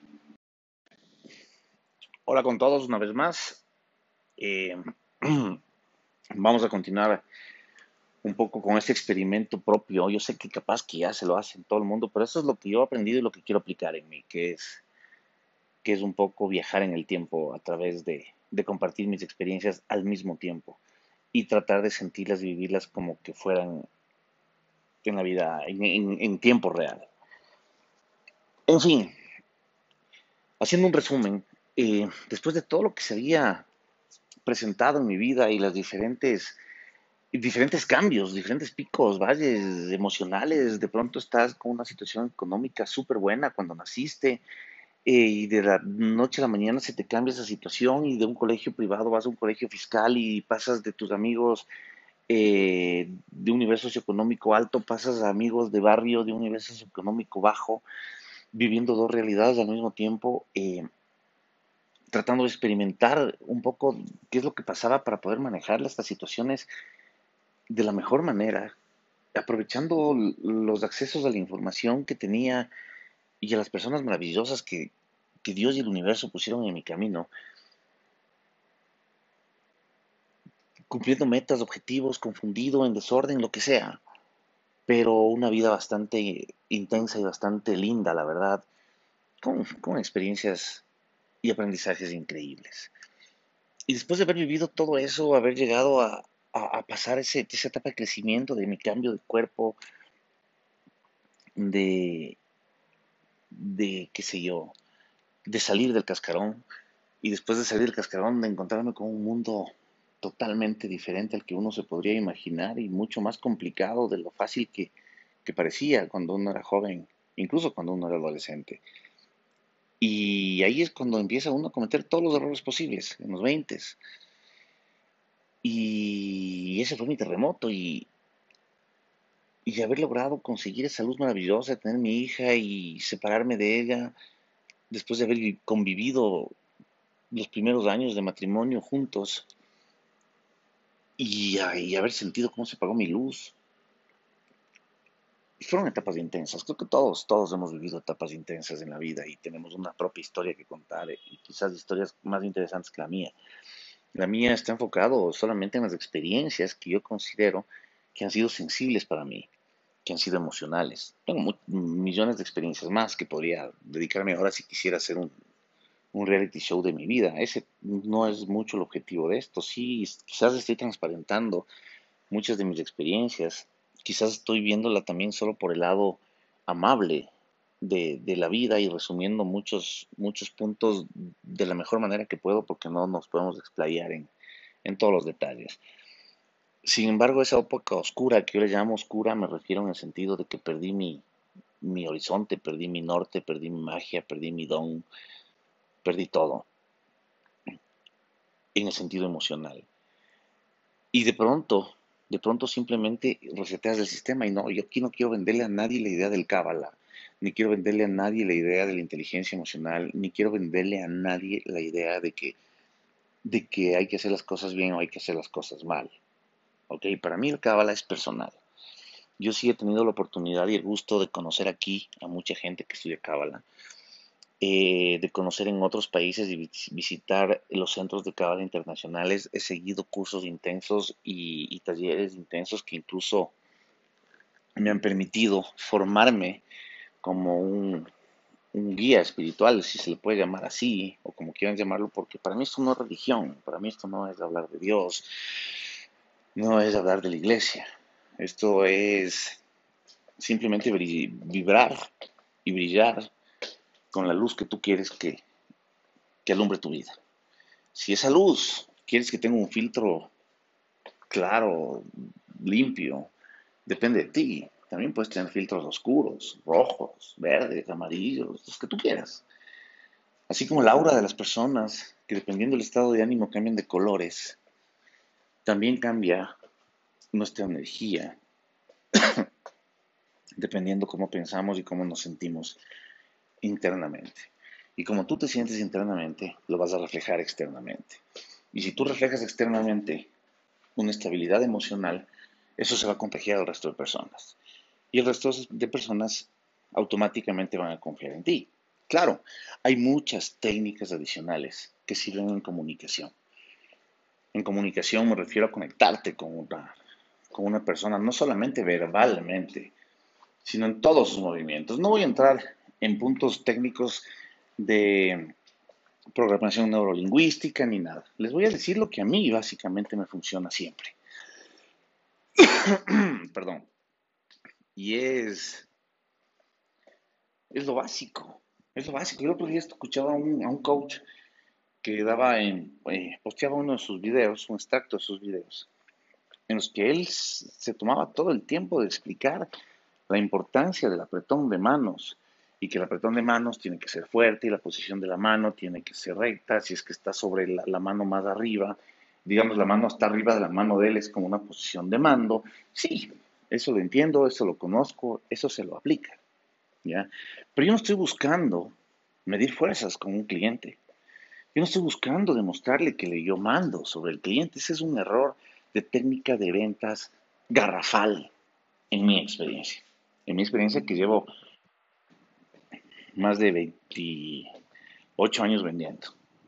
Hola con todos una vez más. Eh, vamos a continuar un poco con este experimento propio. Yo sé que capaz que ya se lo hace en todo el mundo, pero eso es lo que yo he aprendido y lo que quiero aplicar en mí, que es, que es un poco viajar en el tiempo a través de, de compartir mis experiencias al mismo tiempo y tratar de sentirlas y vivirlas como que fueran en la vida, en, en, en tiempo real. En fin, haciendo un resumen, eh, después de todo lo que se había presentado en mi vida y las diferentes, diferentes cambios, diferentes picos, valles emocionales, de pronto estás con una situación económica súper buena cuando naciste eh, y de la noche a la mañana se te cambia esa situación y de un colegio privado vas a un colegio fiscal y pasas de tus amigos eh, de un nivel socioeconómico alto, pasas a amigos de barrio de un nivel socioeconómico bajo, viviendo dos realidades al mismo tiempo. Eh, tratando de experimentar un poco qué es lo que pasaba para poder manejar estas situaciones de la mejor manera, aprovechando l- los accesos a la información que tenía y a las personas maravillosas que, que Dios y el universo pusieron en mi camino, cumpliendo metas, objetivos, confundido, en desorden, lo que sea, pero una vida bastante intensa y bastante linda, la verdad, con, con experiencias y aprendizajes increíbles. Y después de haber vivido todo eso, haber llegado a, a- a pasar ese, esa etapa de crecimiento, de mi cambio de cuerpo, de, de, qué sé yo, de salir del cascarón, y después de salir del cascarón, de encontrarme con un mundo totalmente diferente al que uno se podría imaginar y mucho más complicado de lo fácil que, que parecía cuando uno era joven, incluso cuando uno era adolescente. Y ahí es cuando empieza uno a cometer todos los errores posibles, en los veinte. Y ese fue mi terremoto y, y haber logrado conseguir esa luz maravillosa, tener mi hija y separarme de ella después de haber vi- convivido los primeros años de matrimonio juntos y, a- y haber sentido cómo se apagó mi luz. Y fueron etapas intensas. Creo que todos, todos hemos vivido etapas intensas en la vida y tenemos una propia historia que contar eh, y quizás historias más interesantes que la mía. La mía está enfocado solamente en las experiencias que yo considero que han sido sensibles para mí, que han sido emocionales. Tengo mu- millones de experiencias más que podría dedicarme ahora si quisiera hacer un, un reality show de mi vida. Ese no es mucho el objetivo de esto. Sí, quizás estoy transparentando muchas de mis experiencias. Quizás estoy viéndola también solo por el lado amable de, de la vida y resumiendo muchos, muchos puntos de la mejor manera que puedo porque no nos podemos explayar en, en todos los detalles. Sin embargo, esa época oscura, que yo le llamo oscura, me refiero en el sentido de que perdí mi, mi horizonte, perdí mi norte, perdí mi magia, perdí mi don, perdí todo en el sentido emocional. Y de pronto, de pronto simplemente reseteas el sistema y no, yo aquí no quiero venderle a nadie la idea del cábala, ni quiero venderle a nadie la idea de la inteligencia emocional, ni quiero venderle a nadie la idea de que, de que hay que hacer las cosas bien o hay que hacer las cosas mal. ¿Ok? Para mí el cábala es personal. Yo sí he tenido la oportunidad y el gusto de conocer aquí a mucha gente que estudia cábala, eh, de conocer en otros países y visitar los centros de cábala internacionales. He seguido cursos intensos y, y talleres intensos que incluso me han permitido formarme como un, un guía espiritual, si se le puede llamar así, o como quieran llamarlo, porque para mí esto no es religión, para mí esto no es hablar de Dios, no es hablar de la iglesia, esto es simplemente vibrar y brillar con la luz que tú quieres que, que alumbre tu vida. Si esa luz quieres que tenga un filtro claro, limpio, depende de ti. También puedes tener filtros oscuros, rojos, verdes, amarillos, los que tú quieras. Así como el aura de las personas, que dependiendo del estado de ánimo cambian de colores, también cambia nuestra energía, dependiendo cómo pensamos y cómo nos sentimos internamente. Y como tú te sientes internamente, lo vas a reflejar externamente. Y si tú reflejas externamente una estabilidad emocional, eso se va a contagiar al resto de personas. Y el resto de personas automáticamente van a confiar en ti. Claro, hay muchas técnicas adicionales que sirven en comunicación. En comunicación me refiero a conectarte con una, con una persona, no solamente verbalmente, sino en todos sus movimientos. No voy a entrar en puntos técnicos de programación neurolingüística ni nada. Les voy a decir lo que a mí básicamente me funciona siempre. Perdón. Y es, es lo básico. Es lo básico. Yo el otro día escuchaba a un, a un coach que daba en, eh, posteaba uno de sus videos, un extracto de sus videos, en los que él se tomaba todo el tiempo de explicar la importancia del apretón de manos y que el apretón de manos tiene que ser fuerte y la posición de la mano tiene que ser recta, si es que está sobre la, la mano más arriba, digamos la mano está arriba de la mano de él es como una posición de mando, sí, eso lo entiendo, eso lo conozco, eso se lo aplica, ¿ya? Pero yo no estoy buscando medir fuerzas con un cliente, Yo no estoy buscando demostrarle que le yo mando sobre el cliente. Ese es un error de técnica de ventas garrafal, en mi experiencia. En mi experiencia que llevo más de veintiocho años vendiendo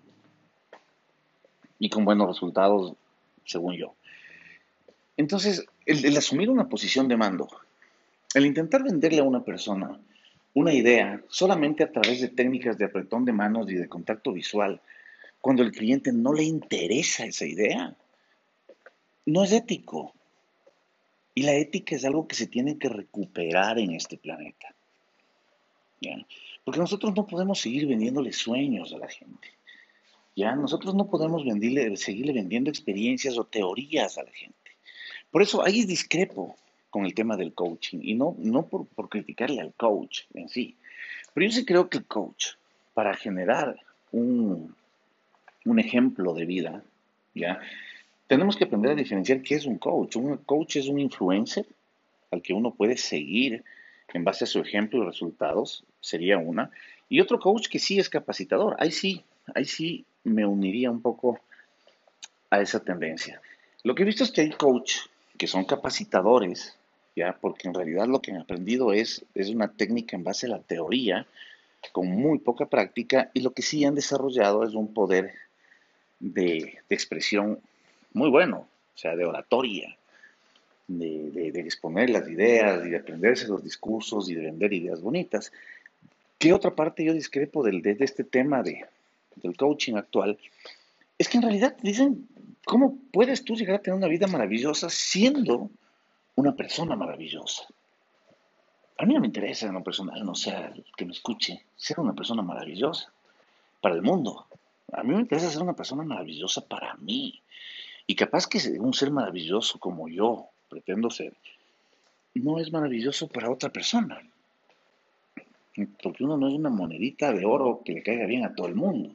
y con buenos resultados, según yo. Entonces, el, el asumir una posición de mando, el intentar venderle a una persona una idea solamente a través de técnicas de apretón de manos y de contacto visual, cuando el cliente no le interesa esa idea, no es ético. Y la ética es algo que se tiene que recuperar en este planeta. ¿Ya? Porque nosotros no podemos seguir vendiéndole sueños a la gente. ¿Ya? Nosotros no podemos vendirle, seguirle vendiendo experiencias o teorías a la gente. Por eso ahí discrepo con el tema del coaching. Y no, no por, por criticarle al coach en sí. Pero yo sí creo que el coach, para generar un, un ejemplo de vida, ¿ya? Tenemos que aprender a diferenciar qué es un coach. Un coach es un influencer al que uno puede seguir en base a su ejemplo y resultados, sería una. Y otro coach que sí es capacitador. Ahí sí, ahí sí me uniría un poco a esa tendencia. Lo que he visto es que hay coach que son capacitadores, ya, porque en realidad lo que han aprendido es, es una técnica en base a la teoría, con muy poca práctica, y lo que sí han desarrollado es un poder de, de expresión muy bueno, o sea, de oratoria, de, de, de, exponer las ideas y de aprenderse los discursos y de vender ideas bonitas. ¿Qué otra parte yo discrepo del, de, de este tema de, del coaching actual? Es que en realidad dicen, ¿cómo puedes tú llegar a tener una vida maravillosa siendo una persona maravillosa? A mí no me interesa en lo personal, no sea el que me escuche, ser una persona maravillosa para el mundo. A mí me interesa ser una persona maravillosa para mí. Y capaz que un ser maravilloso como yo pretendo ser, no es maravilloso para otra persona. Porque uno no es una monedita de oro que le caiga bien a todo el mundo.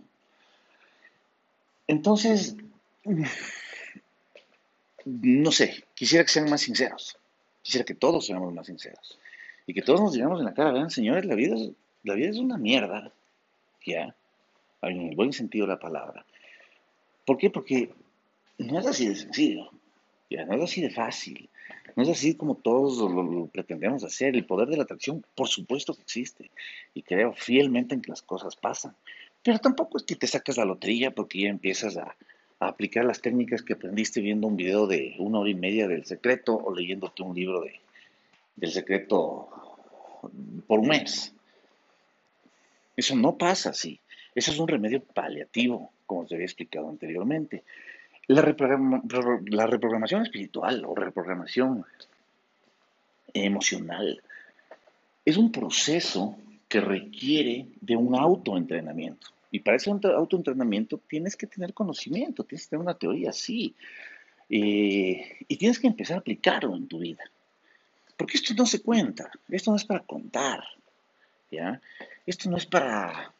Entonces, no sé, quisiera que sean más sinceros. Quisiera que todos seamos más sinceros. Y que todos nos digamos en la cara, vean, señores, la vida es, la vida es una mierda. Ya, en el buen sentido de la palabra. ¿Por qué? Porque no es así de sencillo. Ya, no es así de fácil. No es así como todos lo, lo, lo pretendemos hacer. El poder de la atracción, por supuesto que existe. Y creo fielmente en que las cosas pasan. Pero tampoco es que te sacas la lotería porque ya empiezas a, a aplicar las técnicas que aprendiste viendo un video de una hora y media del secreto o leyéndote un libro de, del secreto por un mes. Eso no pasa así. Eso es un remedio paliativo, como te había explicado anteriormente. La, reprograma, la reprogramación espiritual o reprogramación emocional es un proceso que requiere de un autoentrenamiento. Y para ese autoentrenamiento tienes que tener conocimiento, tienes que tener una teoría, sí. Eh, y tienes que empezar a aplicarlo en tu vida. Porque esto no se cuenta, esto no es para contar, ¿ya? Esto no es para,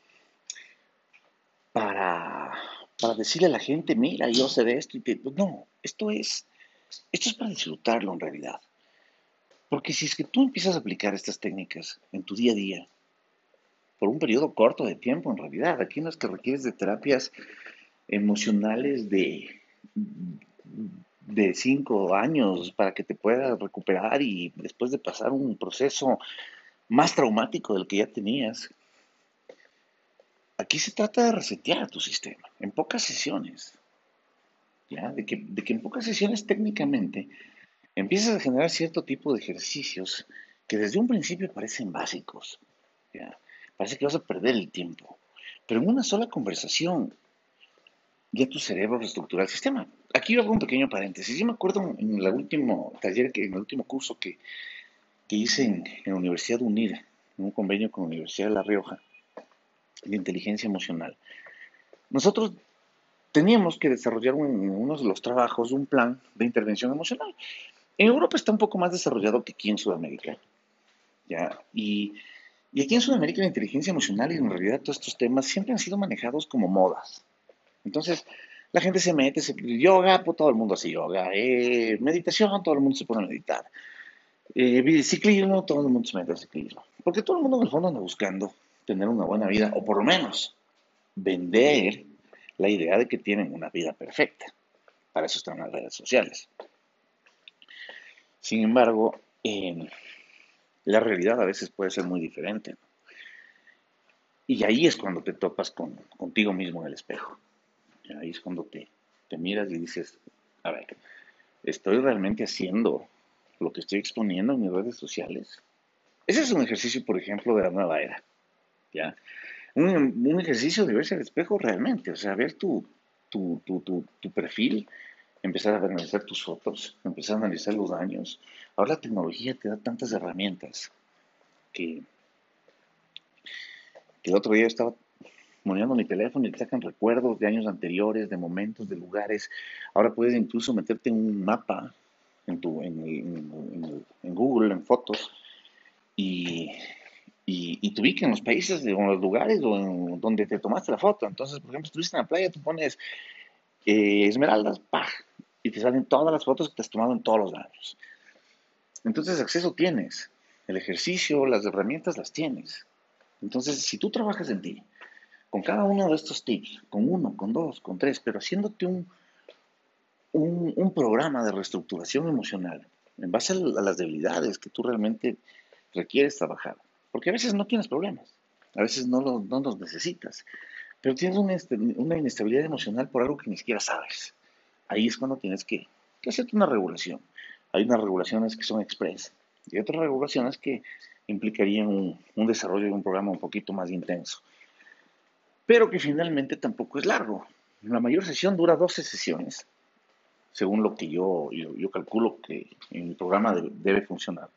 para, para decirle a la gente, mira, yo sé de esto. Y te... pues no, esto es, esto es para disfrutarlo en realidad. Porque si es que tú empiezas a aplicar estas técnicas en tu día a día, por un periodo corto de tiempo en realidad, aquí no es que requieres de terapias emocionales de, de cinco años para que te puedas recuperar y después de pasar un proceso más traumático del que ya tenías. Aquí se trata de resetear tu sistema en pocas sesiones, ¿ya? De que, de que en pocas sesiones técnicamente empiezas a generar cierto tipo de ejercicios que desde un principio parecen básicos, ¿ya? Parece que vas a perder el tiempo, pero en una sola conversación ya tu cerebro reestructura el sistema. Aquí yo hago un pequeño paréntesis. Yo me acuerdo en el último taller, que, en el último curso que, que hice en, en la Universidad UNIR, en un convenio con la Universidad de La Rioja, de inteligencia emocional. Nosotros teníamos que desarrollar un, uno de los trabajos, un plan de intervención emocional. En Europa está un poco más desarrollado que aquí en Sudamérica, ¿ya? Y, y aquí en Sudamérica la inteligencia emocional y en realidad todos estos temas siempre han sido manejados como modas. Entonces, la gente se mete, se, yoga, pues todo el mundo hace yoga, eh, meditación, todo el mundo se pone a meditar, eh, ciclismo, todo el mundo se mete a ciclismo, porque todo el mundo en el fondo anda buscando tener una buena vida, o por lo menos vender la idea de que tienen una vida perfecta. Para eso están las redes sociales. Sin embargo, eh, la realidad a veces puede ser muy diferente. Y ahí es cuando te topas con, contigo mismo en el espejo. Y ahí es cuando te, te miras y dices, a ver, ¿estoy realmente haciendo lo que estoy exponiendo en mis redes sociales? Ese es un ejercicio, por ejemplo, de la nueva era. ¿Ya? Un, un ejercicio de verse al espejo realmente, o sea, ver tu, tu, tu, tu, tu perfil, empezar a analizar tus fotos, empezar a analizar los daños. Ahora la tecnología te da tantas herramientas que, que el otro día estaba monitoreando mi teléfono y te sacan recuerdos de años anteriores, de momentos, de lugares. Ahora puedes incluso meterte en un mapa en, tu, en, en, en, en Google, en fotos, y, y, y te ubica en los países o en los lugares o en donde te tomaste la foto. Entonces, por ejemplo, si estuviste en la playa, tú pones eh, Esmeraldas, ¡pah! Y te salen todas las fotos que te has tomado en todos los años. Entonces, acceso tienes. El ejercicio, las herramientas las tienes. Entonces, si tú trabajas en ti, con cada uno de estos tips, con uno, con dos, con tres, pero haciéndote un, un, un programa de reestructuración emocional en base a, a las debilidades que tú realmente requieres trabajar. Porque a veces no tienes problemas, a veces no, lo, no los necesitas, pero tienes una, una inestabilidad emocional por algo que ni siquiera sabes. Ahí es cuando tienes que, que hacerte una regulación. Hay unas regulaciones que son express y otras regulaciones que implicarían un, un desarrollo de un programa un poquito más intenso, pero que finalmente tampoco es largo. La mayor sesión dura doce sesiones, según lo que yo, yo, yo calculo que en mi programa debe, debe funcionar.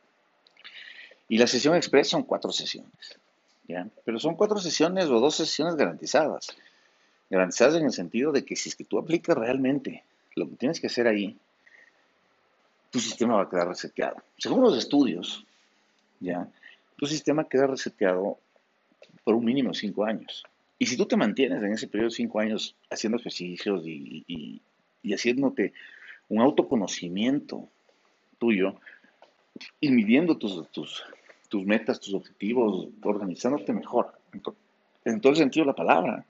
Y la sesión express son cuatro sesiones, ¿ya? Pero son cuatro sesiones o dos sesiones garantizadas. Garantizadas en el sentido de que si es que tú aplicas realmente lo que tienes que hacer ahí, tu sistema va a quedar reseteado. Según los estudios, ¿ya? Tu sistema queda reseteado por un mínimo de cinco años. Y si tú te mantienes en ese periodo de cinco años haciendo ejercicios y, y, y haciéndote un autoconocimiento tuyo y midiendo tus, tus, tus metas, tus objetivos, organizándote mejor, en todo el sentido de la palabra,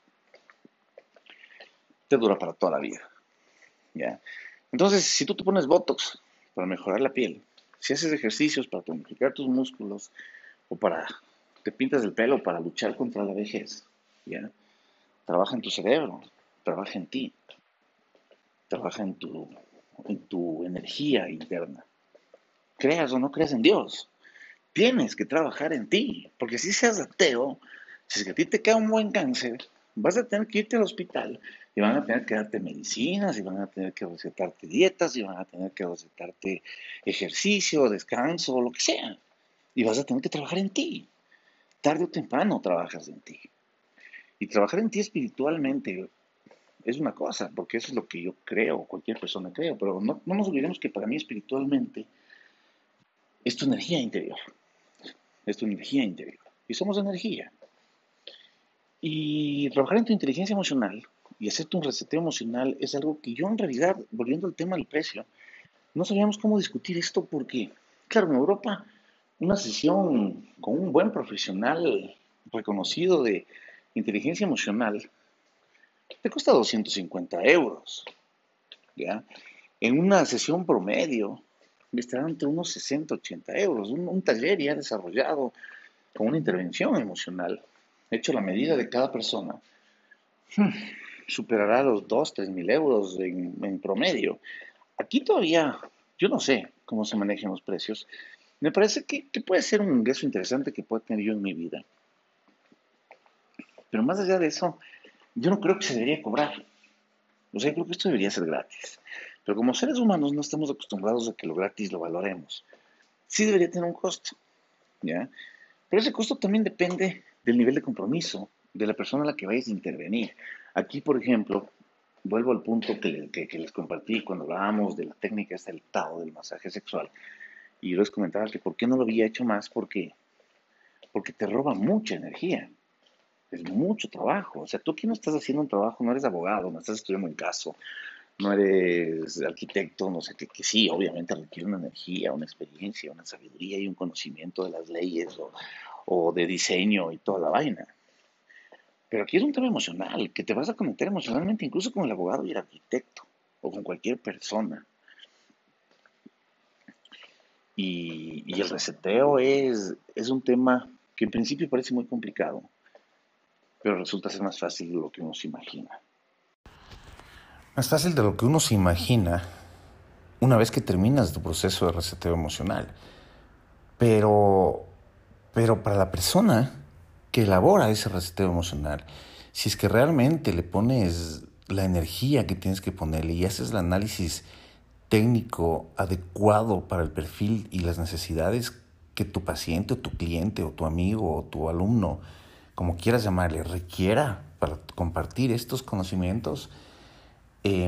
te dura para toda la vida. ¿Ya? Entonces, si tú te pones Botox para mejorar la piel, si haces ejercicios para tonificar tus músculos o para te pintas el pelo para luchar contra la vejez, ¿ya? Trabaja en tu cerebro, trabaja en ti, trabaja en tu, en tu energía interna. Creas o no creas en Dios, tienes que trabajar en ti, porque si seas ateo, si es que a ti te cae un buen cáncer, vas a tener que irte al hospital y van a tener que darte medicinas y van a tener que recetarte dietas y van a tener que recetarte ejercicio, descanso, lo que sea. Y vas a tener que trabajar en ti. Tarde o temprano trabajas en ti. Y trabajar en ti espiritualmente es una cosa, porque eso es lo que yo creo, cualquier persona creo, pero no, no nos olvidemos que para mí espiritualmente es tu energía interior, es tu energía interior. Y somos energía. Y trabajar en tu inteligencia emocional y hacerte un reseteo emocional es algo que yo en realidad, volviendo al tema del precio, no sabíamos cómo discutir esto porque, claro, en Europa una sesión con un buen profesional reconocido de inteligencia emocional te cuesta doscientos cincuenta euros, ¿ya? En una sesión promedio estará entre unos sesenta, ochenta euros, un, un taller ya desarrollado con una intervención emocional, hecho a la medida de cada persona, superará los dos, tres mil euros en, en promedio. Aquí todavía, yo no sé cómo se manejan los precios. Me parece que, que puede ser un ingreso interesante que pueda tener yo en mi vida. Pero más allá de eso, yo no creo que se debería cobrar. O sea, yo creo que esto debería ser gratis. Pero como seres humanos no estamos acostumbrados a que lo gratis lo valoremos. Sí debería tener un costo, ¿ya? Pero ese costo también depende del nivel de compromiso de la persona a la que vayas a intervenir. Aquí, por ejemplo, vuelvo al punto que, le- que- que les compartí cuando hablábamos de la técnica esta del Tao, del masaje sexual. Y yo les comentaba que por qué no lo había hecho más, porque, porque te roba mucha energía. Es mucho trabajo. O sea, tú aquí no estás haciendo un trabajo, no eres abogado, no estás estudiando un caso, no eres arquitecto, no sé, que, que sí, obviamente requiere una energía, una experiencia, una sabiduría y un conocimiento de las leyes o, o de diseño y toda la vaina. Pero aquí es un tema emocional, que te vas a conectar emocionalmente incluso con el abogado y el arquitecto, o con cualquier persona. Y, y el reseteo es, es un tema que en principio parece muy complicado, pero resulta ser más fácil de lo que uno se imagina. Más fácil de lo que uno se imagina una vez que terminas tu proceso de reseteo emocional. Pero, pero para la persona que elabora ese reseteo emocional, si es que realmente le pones la energía que tienes que ponerle y haces el análisis técnico adecuado para el perfil y las necesidades que tu paciente o tu cliente o tu amigo o tu alumno, como quieras llamarle, requiera para compartir estos conocimientos, eh,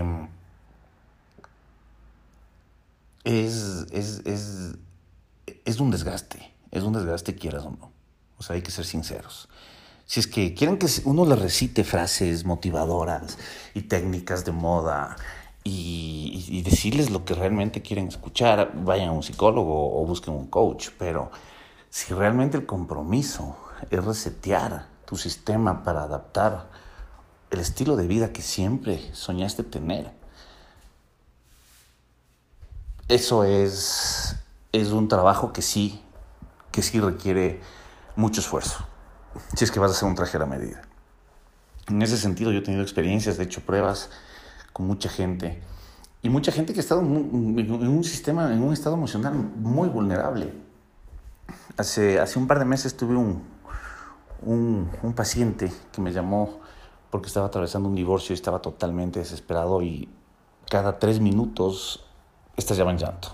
es, es, es, es un desgaste, es un desgaste quieras o no. O sea, hay que ser sinceros. Si es que quieren que uno les recite frases motivadoras y técnicas de moda y, y, y decirles lo que realmente quieren escuchar, vayan a un psicólogo o busquen un coach. Pero si realmente el compromiso es resetear tu sistema para adaptar el estilo de vida que siempre soñaste tener, eso es, es un trabajo que sí, que sí requiere mucho esfuerzo, si es que vas a hacer un traje a la medida. En ese sentido yo he tenido experiencias, he hecho pruebas con mucha gente, y mucha gente que ha estado en un sistema, en un estado emocional muy vulnerable. Hace, hace un par de meses tuve un, un, un paciente que me llamó porque estaba atravesando un divorcio y estaba totalmente desesperado, y cada tres minutos estallaba en llanto.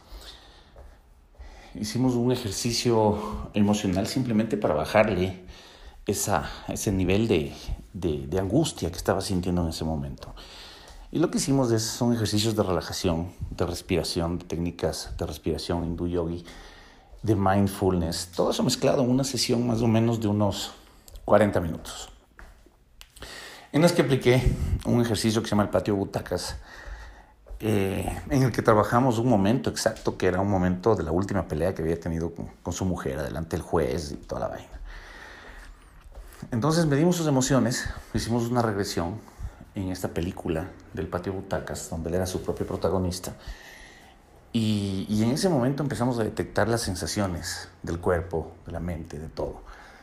Hicimos un ejercicio emocional simplemente para bajarle esa, ese nivel de, de, de angustia que estaba sintiendo en ese momento. Y lo que hicimos es, son ejercicios de relajación, de respiración, de técnicas de respiración hindú yogi, de mindfulness, todo eso mezclado en una sesión más o menos de unos cuarenta minutos, en las que apliqué un ejercicio que se llama el patio butacas, eh, en el que trabajamos un momento exacto, que era un momento de la última pelea que había tenido con, con su mujer, delante del juez y toda la vaina. Entonces medimos sus emociones, hicimos una regresión en esta película del patio butacas, donde él era su propio protagonista. Y, y en ese momento empezamos a detectar las sensaciones del cuerpo, de la mente, de todo.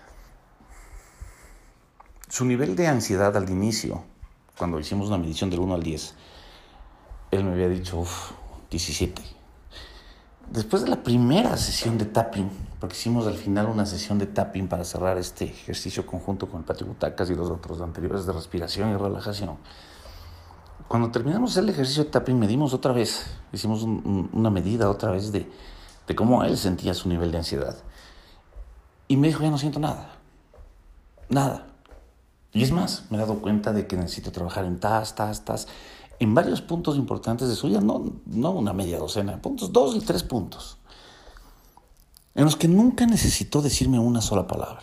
Su nivel de ansiedad al inicio, cuando hicimos una medición del uno al diez, él me había dicho, uff, diecisiete. Después de la primera sesión de tapping, porque hicimos al final una sesión de tapping para cerrar este ejercicio conjunto con el patio butacas y los otros anteriores de respiración y relajación, cuando terminamos el ejercicio de tapping, medimos otra vez, hicimos un, un, una medida otra vez de, de cómo él sentía su nivel de ansiedad. Y me dijo, ya no siento nada, nada. Y es más, me he dado cuenta de que necesito trabajar en tas, tas, tas, en varios puntos importantes de su vida, no, no una media docena de puntos, dos y tres puntos, en los que nunca necesitó decirme una sola palabra.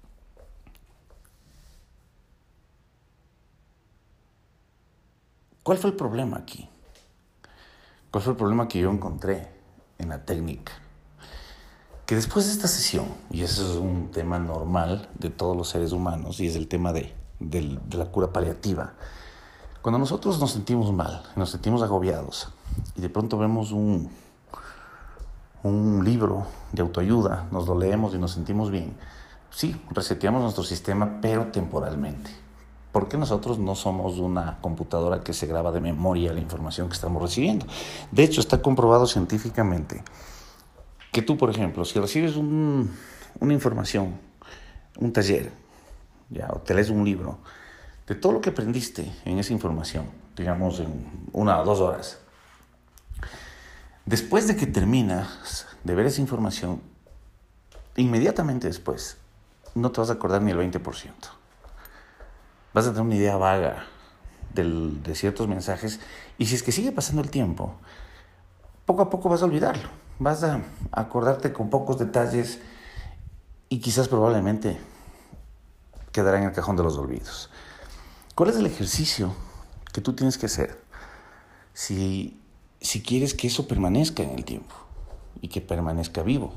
¿Cuál fue el problema aquí? ¿Cuál fue el problema que yo encontré en la técnica? Que después de esta sesión, y eso es un tema normal de todos los seres humanos, y es el tema de, de, de la cura paliativa, cuando nosotros nos sentimos mal, nos sentimos agobiados, y de pronto vemos un, un libro de autoayuda, nos lo leemos y nos sentimos bien, sí, reseteamos nuestro sistema, pero temporalmente. Porque nosotros no somos una computadora que se graba de memoria la información que estamos recibiendo. De hecho, está comprobado científicamente que tú, por ejemplo, si recibes un, una información, un taller, ya, o te lees un libro, de todo lo que aprendiste en esa información, digamos en una o dos horas, después de que terminas de ver esa información, inmediatamente después, no te vas a acordar ni el veinte por ciento. Vas a tener una idea vaga del, de ciertos mensajes, y si es que sigue pasando el tiempo, poco a poco vas a olvidarlo, vas a acordarte con pocos detalles y quizás probablemente quedará en el cajón de los olvidos. ¿Cuál es el ejercicio que tú tienes que hacer si, si quieres que eso permanezca en el tiempo y que permanezca vivo?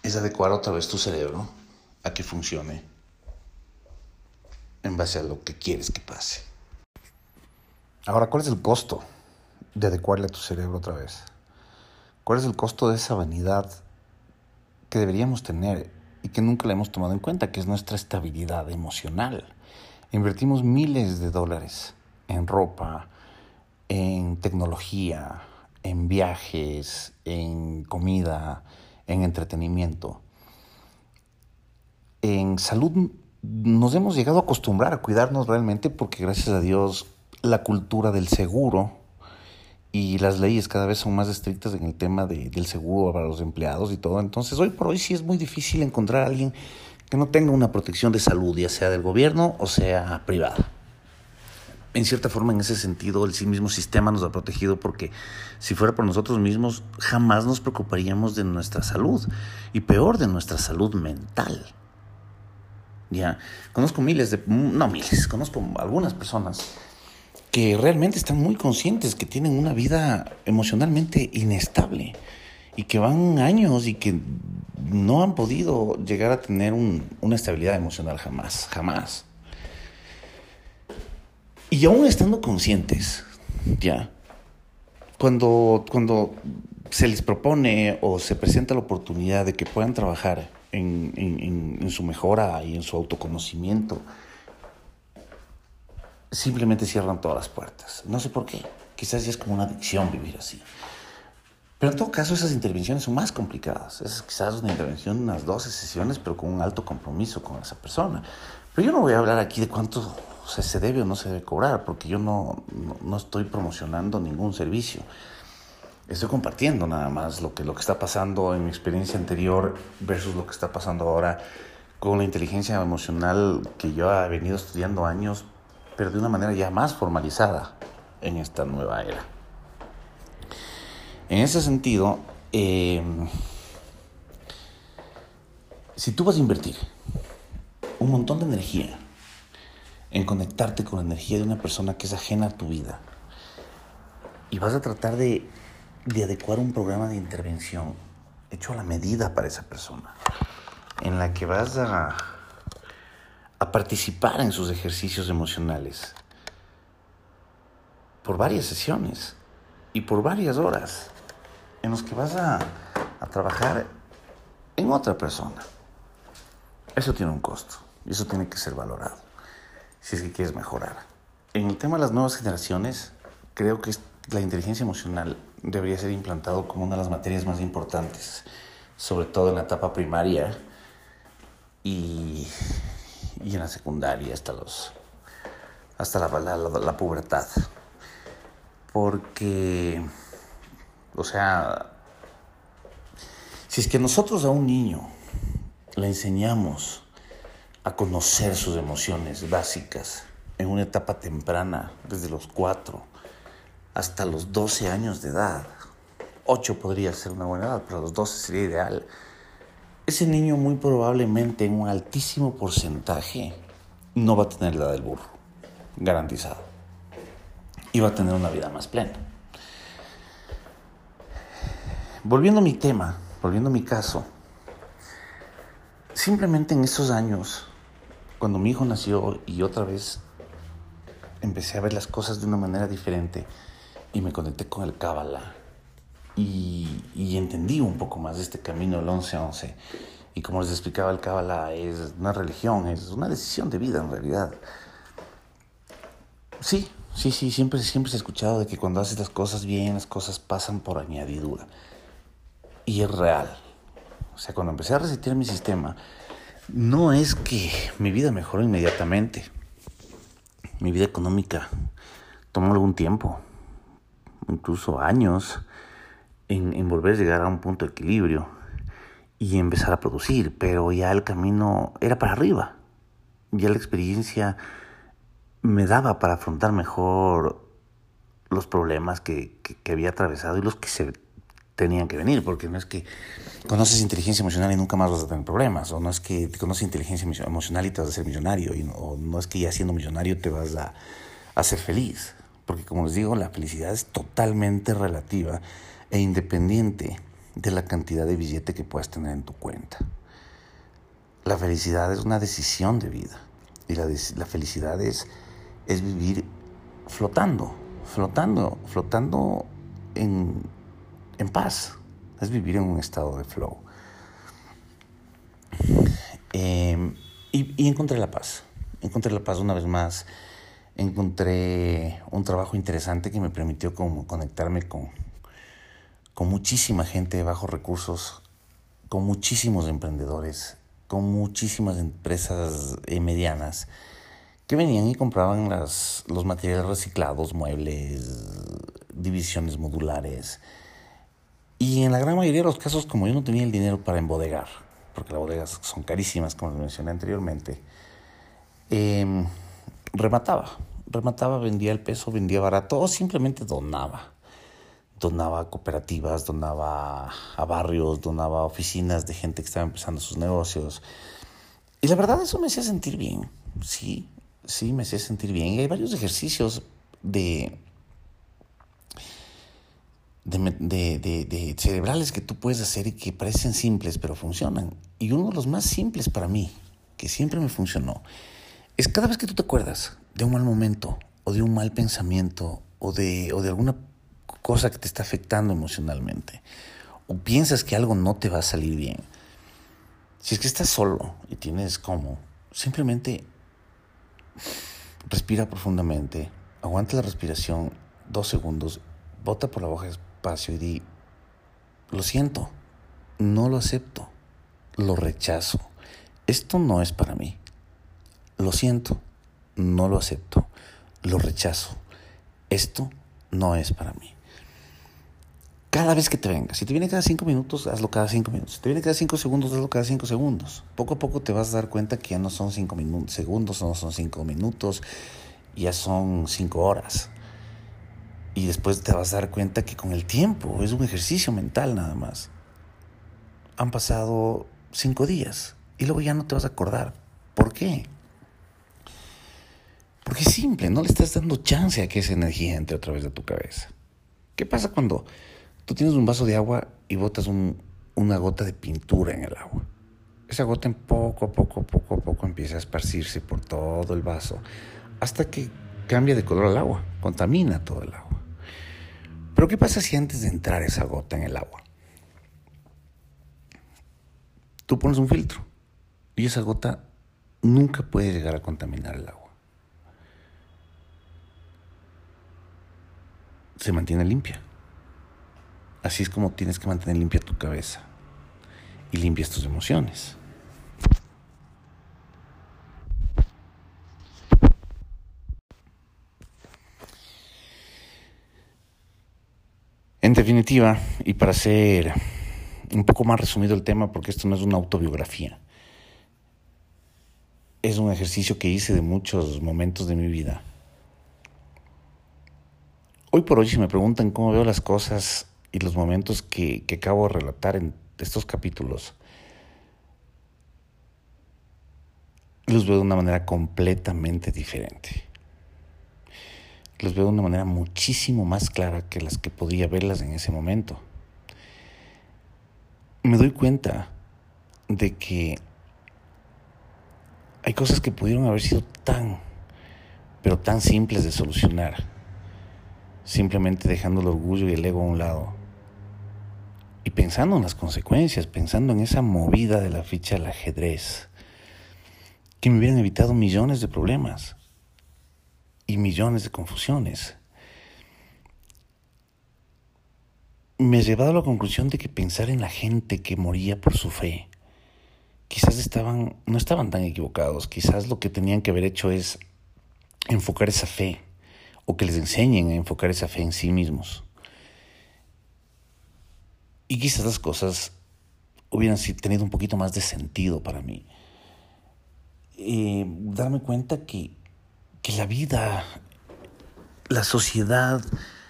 es adecuar otra vez tu cerebro a que funcione en base a lo que quieres que pase. Ahora, ¿cuál es el costo de adecuarle a tu cerebro otra vez? ¿Cuál es el costo de esa vanidad que deberíamos tener y que nunca la hemos tomado en cuenta, que es nuestra estabilidad emocional? Invertimos miles de dólares en ropa, en tecnología, en viajes, en comida, en entretenimiento. En salud nos hemos llegado a acostumbrar a cuidarnos realmente porque gracias a Dios la cultura del seguro y las leyes cada vez son más estrictas en el tema de, del seguro para los empleados y todo. Entonces hoy por hoy sí es muy difícil encontrar a alguien que no tenga una protección de salud, ya sea del gobierno o sea privada. En cierta forma, en ese sentido, el sí mismo sistema nos ha protegido porque si fuera por nosotros mismos, jamás nos preocuparíamos de nuestra salud y peor de nuestra salud mental. Ya, conozco miles de, no miles, conozco algunas personas que realmente están muy conscientes que tienen una vida emocionalmente inestable y que van años y que no han podido llegar a tener un, una estabilidad emocional jamás, jamás. Y aún estando conscientes, ya, cuando, cuando se les propone o se presenta la oportunidad de que puedan trabajar en, en, en su mejora y en su autoconocimiento, simplemente cierran todas las puertas. No sé por qué. Quizás ya es como una adicción vivir así. Pero en todo caso, esas intervenciones son más complicadas. Es quizás una intervención, unas doce sesiones, pero con un alto compromiso con esa persona. Pero yo no voy a hablar aquí de cuánto se, se debe o no se debe cobrar, porque yo no, no, no estoy promocionando ningún servicio. Estoy compartiendo nada más lo que, lo que está pasando en mi experiencia anterior versus lo que está pasando ahora con la inteligencia emocional que yo he venido estudiando años, pero de una manera ya más formalizada en esta nueva era. En ese sentido, eh, si tú vas a invertir un montón de energía en conectarte con la energía de una persona que es ajena a tu vida y vas a tratar de, de adecuar un programa de intervención hecho a la medida para esa persona, en la que vas a, a participar en sus ejercicios emocionales por varias sesiones y por varias horas, en los que vas a, a trabajar en otra persona. Eso tiene un costo y eso tiene que ser valorado si es que quieres mejorar. En el tema de las nuevas generaciones, creo que la inteligencia emocional debería ser implantado como una de las materias más importantes, sobre todo en la etapa primaria y, y en la secundaria hasta, los, hasta la, la, la, la pubertad. Porque, o sea, si es que nosotros a un niño le enseñamos a conocer sus emociones básicas en una etapa temprana, desde los cuatro hasta los doce años de edad, ocho podría ser una buena edad, pero a los doce sería ideal, ese niño muy probablemente en un altísimo porcentaje no va a tener la edad del burro, garantizado. Y va a tener una vida más plena. Volviendo a mi tema, volviendo a mi caso, simplemente en esos años, cuando mi hijo nació y otra vez empecé a ver las cosas de una manera diferente y me conecté con el Kabbalah y, y entendí un poco más de este camino del once once. Y como les explicaba, el Kabbalah es una religión, es una decisión de vida en realidad. Sí, sí, sí, siempre, siempre se ha escuchado de que cuando haces las cosas bien, las cosas pasan por añadidura. Y es real. O sea, cuando empecé a resetear mi sistema, no es que mi vida mejoró inmediatamente. Mi vida económica tomó algún tiempo, incluso años, en, en volver a llegar a un punto de equilibrio y empezar a producir. Pero ya el camino era para arriba. Ya la experiencia me daba para afrontar mejor los problemas que, que, que había atravesado y los que se tenían que venir, porque no es que conoces inteligencia emocional y nunca más vas a tener problemas, o no es que conoces inteligencia emocional y te vas a ser millonario, y no, o no es que ya siendo millonario te vas a, a ser feliz, porque como les digo, la felicidad es totalmente relativa e independiente de la cantidad de billete que puedas tener en tu cuenta. La felicidad es una decisión de vida. Y la, la felicidad es, es vivir flotando, flotando, flotando en, en paz. Es vivir en un estado de flow. Eh, y, y encontré la paz. Encontré la paz una vez más. Encontré un trabajo interesante que me permitió como conectarme con, con muchísima gente de bajos recursos, con muchísimos emprendedores, con muchísimas empresas eh, medianas que venían y compraban las, los materiales reciclados, muebles, divisiones modulares. Y en la gran mayoría de los casos, como yo no tenía el dinero para embodegar, porque las bodegas son carísimas, como les mencioné anteriormente, eh, remataba. Remataba, vendía el peso, vendía barato o simplemente donaba. Donaba a cooperativas, donaba a barrios, donaba a oficinas de gente que estaba empezando sus negocios. Y la verdad eso me hacía sentir bien. Sí, sí, me hacía sentir bien. Y hay varios ejercicios de, de, de, de, de cerebrales que tú puedes hacer y que parecen simples, pero funcionan. Y uno de los más simples para mí, que siempre me funcionó, es cada vez que tú te acuerdas de un mal momento o de un mal pensamiento o de, o de alguna cosa que te está afectando emocionalmente o piensas que algo no te va a salir bien, si es que estás solo y tienes como, simplemente respira profundamente, aguanta la respiración dos segundos, bota por la boca despacio y di: lo siento, no lo acepto, lo rechazo, esto no es para mí, lo siento, no lo acepto, lo rechazo, esto no es para mí. Cada vez que te venga, si te viene cada cinco minutos, hazlo cada cinco minutos. Si te viene cada cinco segundos, hazlo cada cinco segundos. Poco a poco te vas a dar cuenta que ya no son cinco minutos, segundos, no son cinco minutos, ya son cinco horas. Y después te vas a dar cuenta que con el tiempo es un ejercicio mental nada más. Han pasado cinco días y luego ya no te vas a acordar. ¿Por qué? Porque es simple, no le estás dando chance a que esa energía entre a través de tu cabeza. ¿Qué pasa cuando tú tienes un vaso de agua y botas un, una gota de pintura en el agua? Esa gota en poco a poco, poco a poco empieza a esparcirse por todo el vaso hasta que cambia de color al agua, contamina todo el agua. Pero ¿qué pasa si antes de entrar esa gota en el agua, tú pones un filtro y esa gota nunca puede llegar a contaminar el agua? Se mantiene limpia. Así es como tienes que mantener limpia tu cabeza y limpias tus emociones. En definitiva, y para ser un poco más resumido el tema, porque esto no es una autobiografía, es un ejercicio que hice de muchos momentos de mi vida. Hoy por hoy, si me preguntan cómo veo las cosas y los momentos que, que acabo de relatar en estos capítulos, los veo de una manera completamente diferente. Los veo de una manera muchísimo más clara que las que podía verlas en ese momento. Me doy cuenta de que hay cosas que pudieron haber sido tan, pero tan simples de solucionar, simplemente dejando el orgullo y el ego a un lado y pensando en las consecuencias, pensando en esa movida de la ficha del ajedrez, que me hubieran evitado millones de problemas y millones de confusiones. Me he llevado a la conclusión de que pensar en la gente que moría por su fe, quizás estaban, no estaban tan equivocados, quizás lo que tenían que haber hecho es enfocar esa fe, o que les enseñen a enfocar esa fe en sí mismos. Y quizás las cosas hubieran tenido un poquito más de sentido para mí. Eh, darme cuenta que, que la vida, la sociedad,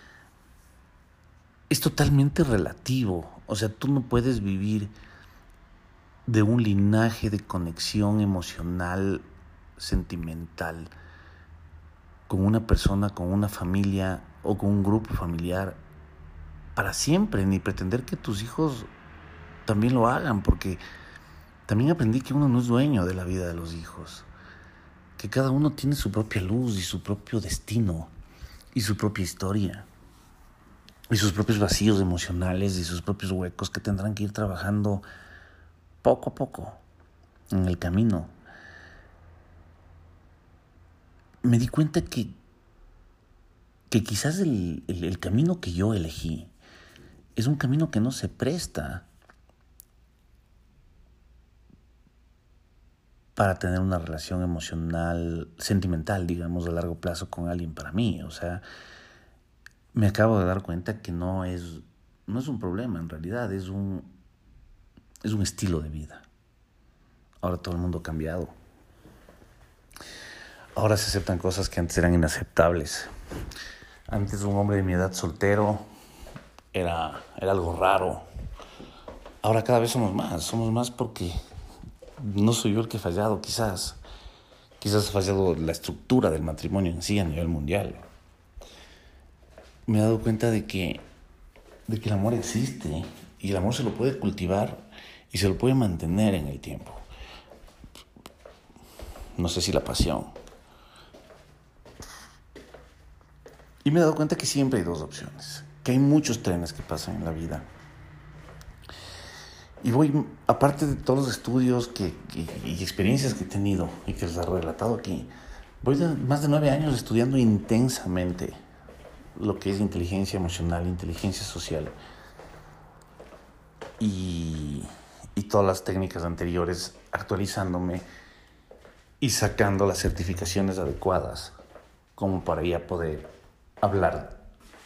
es totalmente relativo. O sea, tú no puedes vivir de un linaje de conexión emocional, sentimental, con una persona, con una familia o con un grupo familiar para siempre, ni pretender que tus hijos también lo hagan, porque también aprendí que uno no es dueño de la vida de los hijos, que cada uno tiene su propia luz y su propio destino y su propia historia y sus propios vacíos emocionales y sus propios huecos que tendrán que ir trabajando poco a poco en el camino. Me di cuenta que, que quizás el, el, el camino que yo elegí es un camino que no se presta para tener una relación emocional, sentimental, digamos, a largo plazo con alguien para mí. O sea, me acabo de dar cuenta que no es, no es un problema, en realidad, es un, es un estilo de vida. Ahora todo el mundo ha cambiado. Ahora se aceptan cosas que antes eran inaceptables. Antes un hombre de mi edad soltero era, era algo raro. Ahora cada vez somos más, somos más porque no soy yo el que he fallado, quizás. Quizás ha fallado la estructura del matrimonio en sí a nivel mundial. Me he dado cuenta de que, de que el amor existe y el amor se lo puede cultivar y se lo puede mantener en el tiempo. No sé si la pasión. Y me he dado cuenta que siempre hay dos opciones, que hay muchos trenes que pasan en la vida. Y voy, aparte de todos los estudios que, que, y experiencias que he tenido y que les he relatado aquí, voy de más de nueve años estudiando intensamente lo que es inteligencia emocional, inteligencia social y, y todas las técnicas anteriores, actualizándome y sacando las certificaciones adecuadas como para ya poder hablar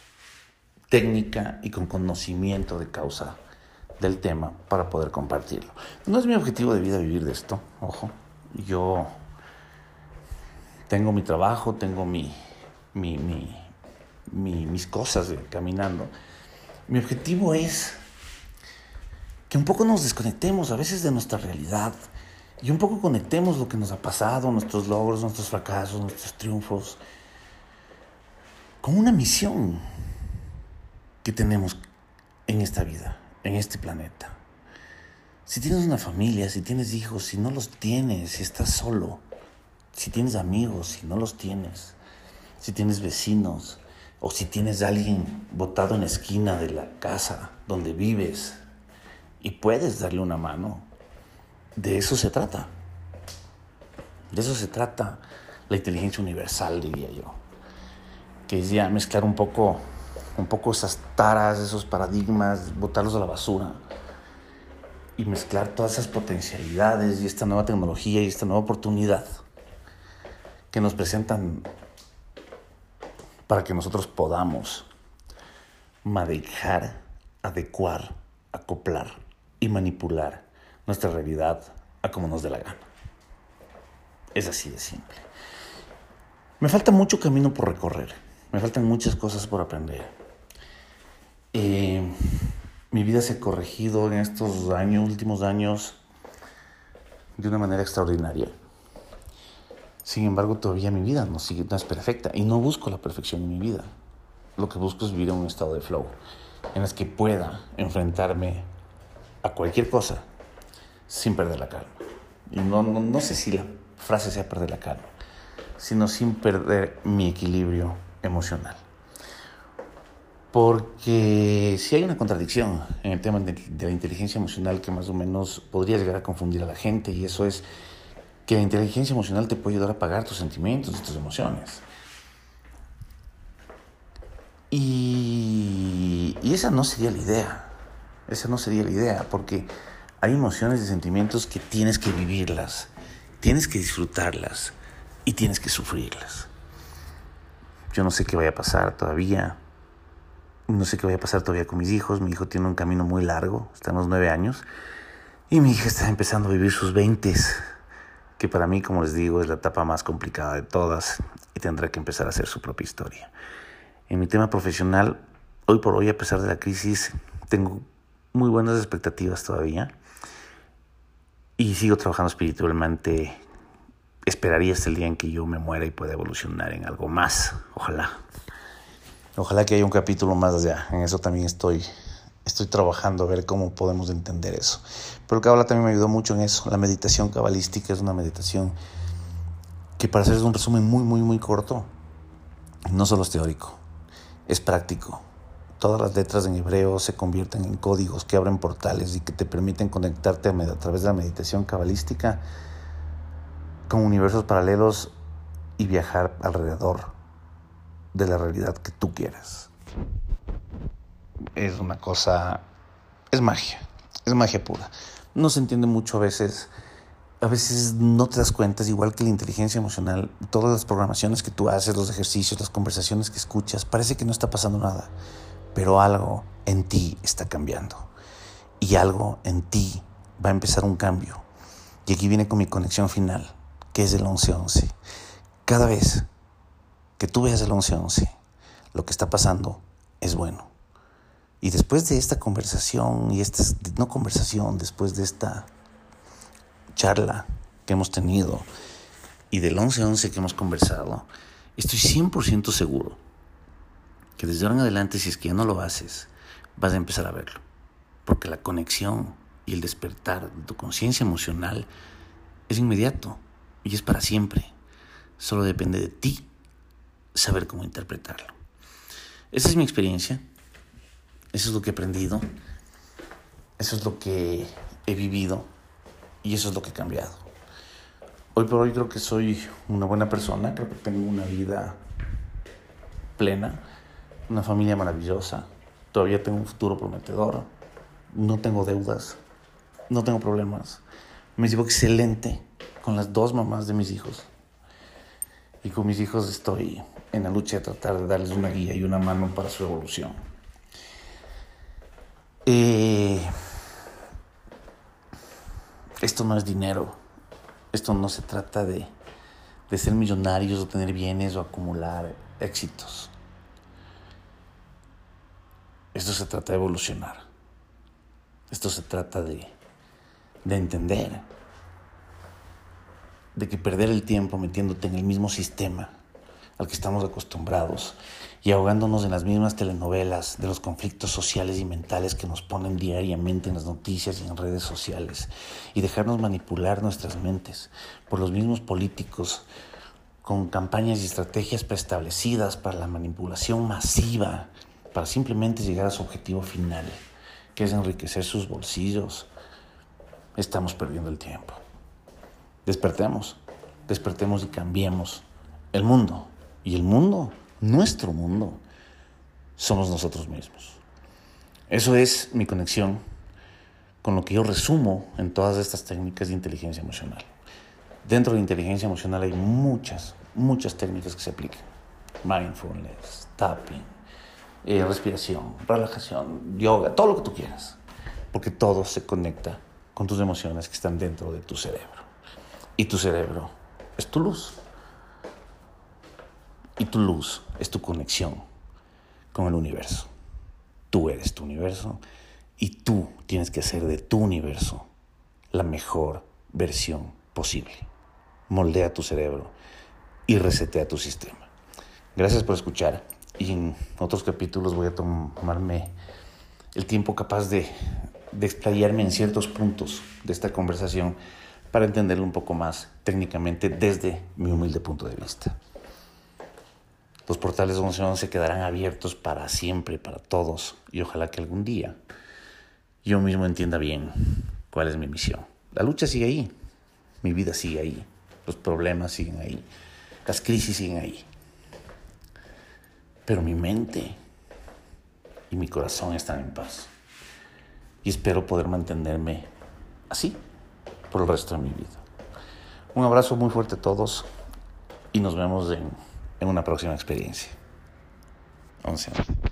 técnica y con conocimiento de causa del tema para poder compartirlo. No es mi objetivo de vida vivir de esto, ojo. Yo tengo mi trabajo, tengo mi, mi, mi, mi, mis cosas caminando. Mi objetivo es que un poco nos desconectemos a veces de nuestra realidad y un poco conectemos lo que nos ha pasado, nuestros logros, nuestros fracasos, nuestros triunfos, con una misión que tenemos en esta vida, en este planeta. Si tienes una familia, si tienes hijos, si no los tienes, si estás solo, si tienes amigos, si no los tienes, si tienes vecinos o si tienes a alguien botado en la esquina de la casa donde vives y puedes darle una mano, de eso se trata. De eso se trata la inteligencia universal, diría yo, que es ya mezclar un poco, un poco esas taras, esos paradigmas, botarlos a la basura y mezclar todas esas potencialidades y esta nueva tecnología y esta nueva oportunidad que nos presentan para que nosotros podamos manejar, adecuar, acoplar y manipular nuestra realidad a como nos dé la gana. Es así de simple. Me falta mucho camino por recorrer. Me faltan muchas cosas por aprender. Eh, mi vida se ha corregido en estos años, últimos años, de una manera extraordinaria. Sin embargo, todavía mi vida no, sigue, no es perfecta y no busco la perfección en mi vida. Lo que busco es vivir en un estado de flow, en el que pueda enfrentarme a cualquier cosa sin perder la calma. Y no, no, no sé si la frase sea perder la calma, sino sin perder mi equilibrio emocional. Porque si hay una contradicción en el tema de, de la inteligencia emocional que más o menos podría llegar a confundir a la gente, y eso es que la inteligencia emocional te puede ayudar a apagar tus sentimientos y tus emociones. Y, y esa no sería la idea. Esa no sería la idea, porque hay emociones y sentimientos que tienes que vivirlas, tienes que disfrutarlas y tienes que sufrirlas. Yo no sé qué vaya a pasar todavía. No sé qué vaya a pasar todavía con mis hijos. Mi hijo tiene un camino muy largo, está en los nueve años. Y mi hija está empezando a vivir sus veintes, que para mí, como les digo, es la etapa más complicada de todas y tendrá que empezar a hacer su propia historia. En mi tema profesional, hoy por hoy, a pesar de la crisis, tengo muy buenas expectativas todavía y sigo trabajando espiritualmente. Esperaría hasta el día en que yo me muera y pueda evolucionar en algo más, ojalá. Ojalá que haya un capítulo más allá. En eso también estoy, estoy trabajando a ver cómo podemos entender eso. Pero el Cábala también me ayudó mucho en eso. La meditación cabalística es una meditación que, para hacer un resumen muy, muy, muy corto, no solo es teórico, es práctico. Todas las letras en hebreo se convierten en códigos que abren portales y que te permiten conectarte a, a través de la meditación cabalística con universos paralelos y viajar alrededor de la realidad que tú quieras. Es una cosa, es magia, es magia pura. No se entiende mucho a veces, a veces no te das cuenta, es igual que la inteligencia emocional, todas las programaciones que tú haces, los ejercicios, las conversaciones que escuchas, parece que no está pasando nada, pero algo en ti está cambiando y algo en ti va a empezar un cambio. Y aquí viene con mi conexión final, que es el once once. Cada vez que tú veas el once once, lo que está pasando es bueno. Y después de esta conversación, y esta, no conversación, después de esta charla que hemos tenido y del once once que hemos conversado, estoy cien por ciento seguro que desde ahora en adelante, si es que ya no lo haces, vas a empezar a verlo. Porque la conexión y el despertar de tu conciencia emocional es inmediato y es para siempre. Solo depende de ti saber cómo interpretarlo. Esa es mi experiencia. Eso es lo que he aprendido. Eso es lo que he vivido. Y eso es lo que he cambiado. Hoy por hoy creo que soy una buena persona. Creo que tengo una vida plena. Una familia maravillosa. Todavía tengo un futuro prometedor. No tengo deudas. No tengo problemas. Me llevo excelente con las dos mamás de mis hijos. Y con mis hijos estoy en la lucha de tratar de darles una guía y una mano para su evolución. Eh, esto no es dinero. Esto no se trata de, de ser millonarios o tener bienes o acumular éxitos. Esto se trata de evolucionar. Esto se trata de, de entender de que perder el tiempo metiéndote en el mismo sistema al que estamos acostumbrados y ahogándonos en las mismas telenovelas de los conflictos sociales y mentales que nos ponen diariamente en las noticias y en redes sociales, y dejarnos manipular nuestras mentes por los mismos políticos con campañas y estrategias preestablecidas para la manipulación masiva, para simplemente llegar a su objetivo final, que es enriquecer sus bolsillos, estamos perdiendo el tiempo. Despertemos, despertemos y cambiemos el mundo. Y el mundo, nuestro mundo, somos nosotros mismos. Eso es mi conexión con lo que yo resumo en todas estas técnicas de inteligencia emocional. Dentro de inteligencia emocional hay muchas, muchas técnicas que se aplican. Mindfulness, tapping, eh, respiración, relajación, yoga, todo lo que tú quieras. Porque todo se conecta con tus emociones que están dentro de tu cerebro. Y tu cerebro es tu luz. Y tu luz es tu conexión con el universo. Tú eres tu universo y tú tienes que hacer de tu universo la mejor versión posible. Moldea tu cerebro y resetea tu sistema. Gracias por escuchar, y en otros capítulos voy a tomarme el tiempo capaz de, de explayarme en ciertos puntos de esta conversación para entenderlo un poco más técnicamente desde mi humilde punto de vista. Los portales once once quedarán abiertos para siempre, para todos, y ojalá que algún día yo mismo entienda bien cuál es mi misión. La lucha sigue ahí, mi vida sigue ahí, los problemas siguen ahí, las crisis siguen ahí. Pero mi mente y mi corazón están en paz. Y espero poder mantenerme así por el resto de mi vida. Un abrazo muy fuerte a todos y nos vemos en, en una próxima experiencia. once once.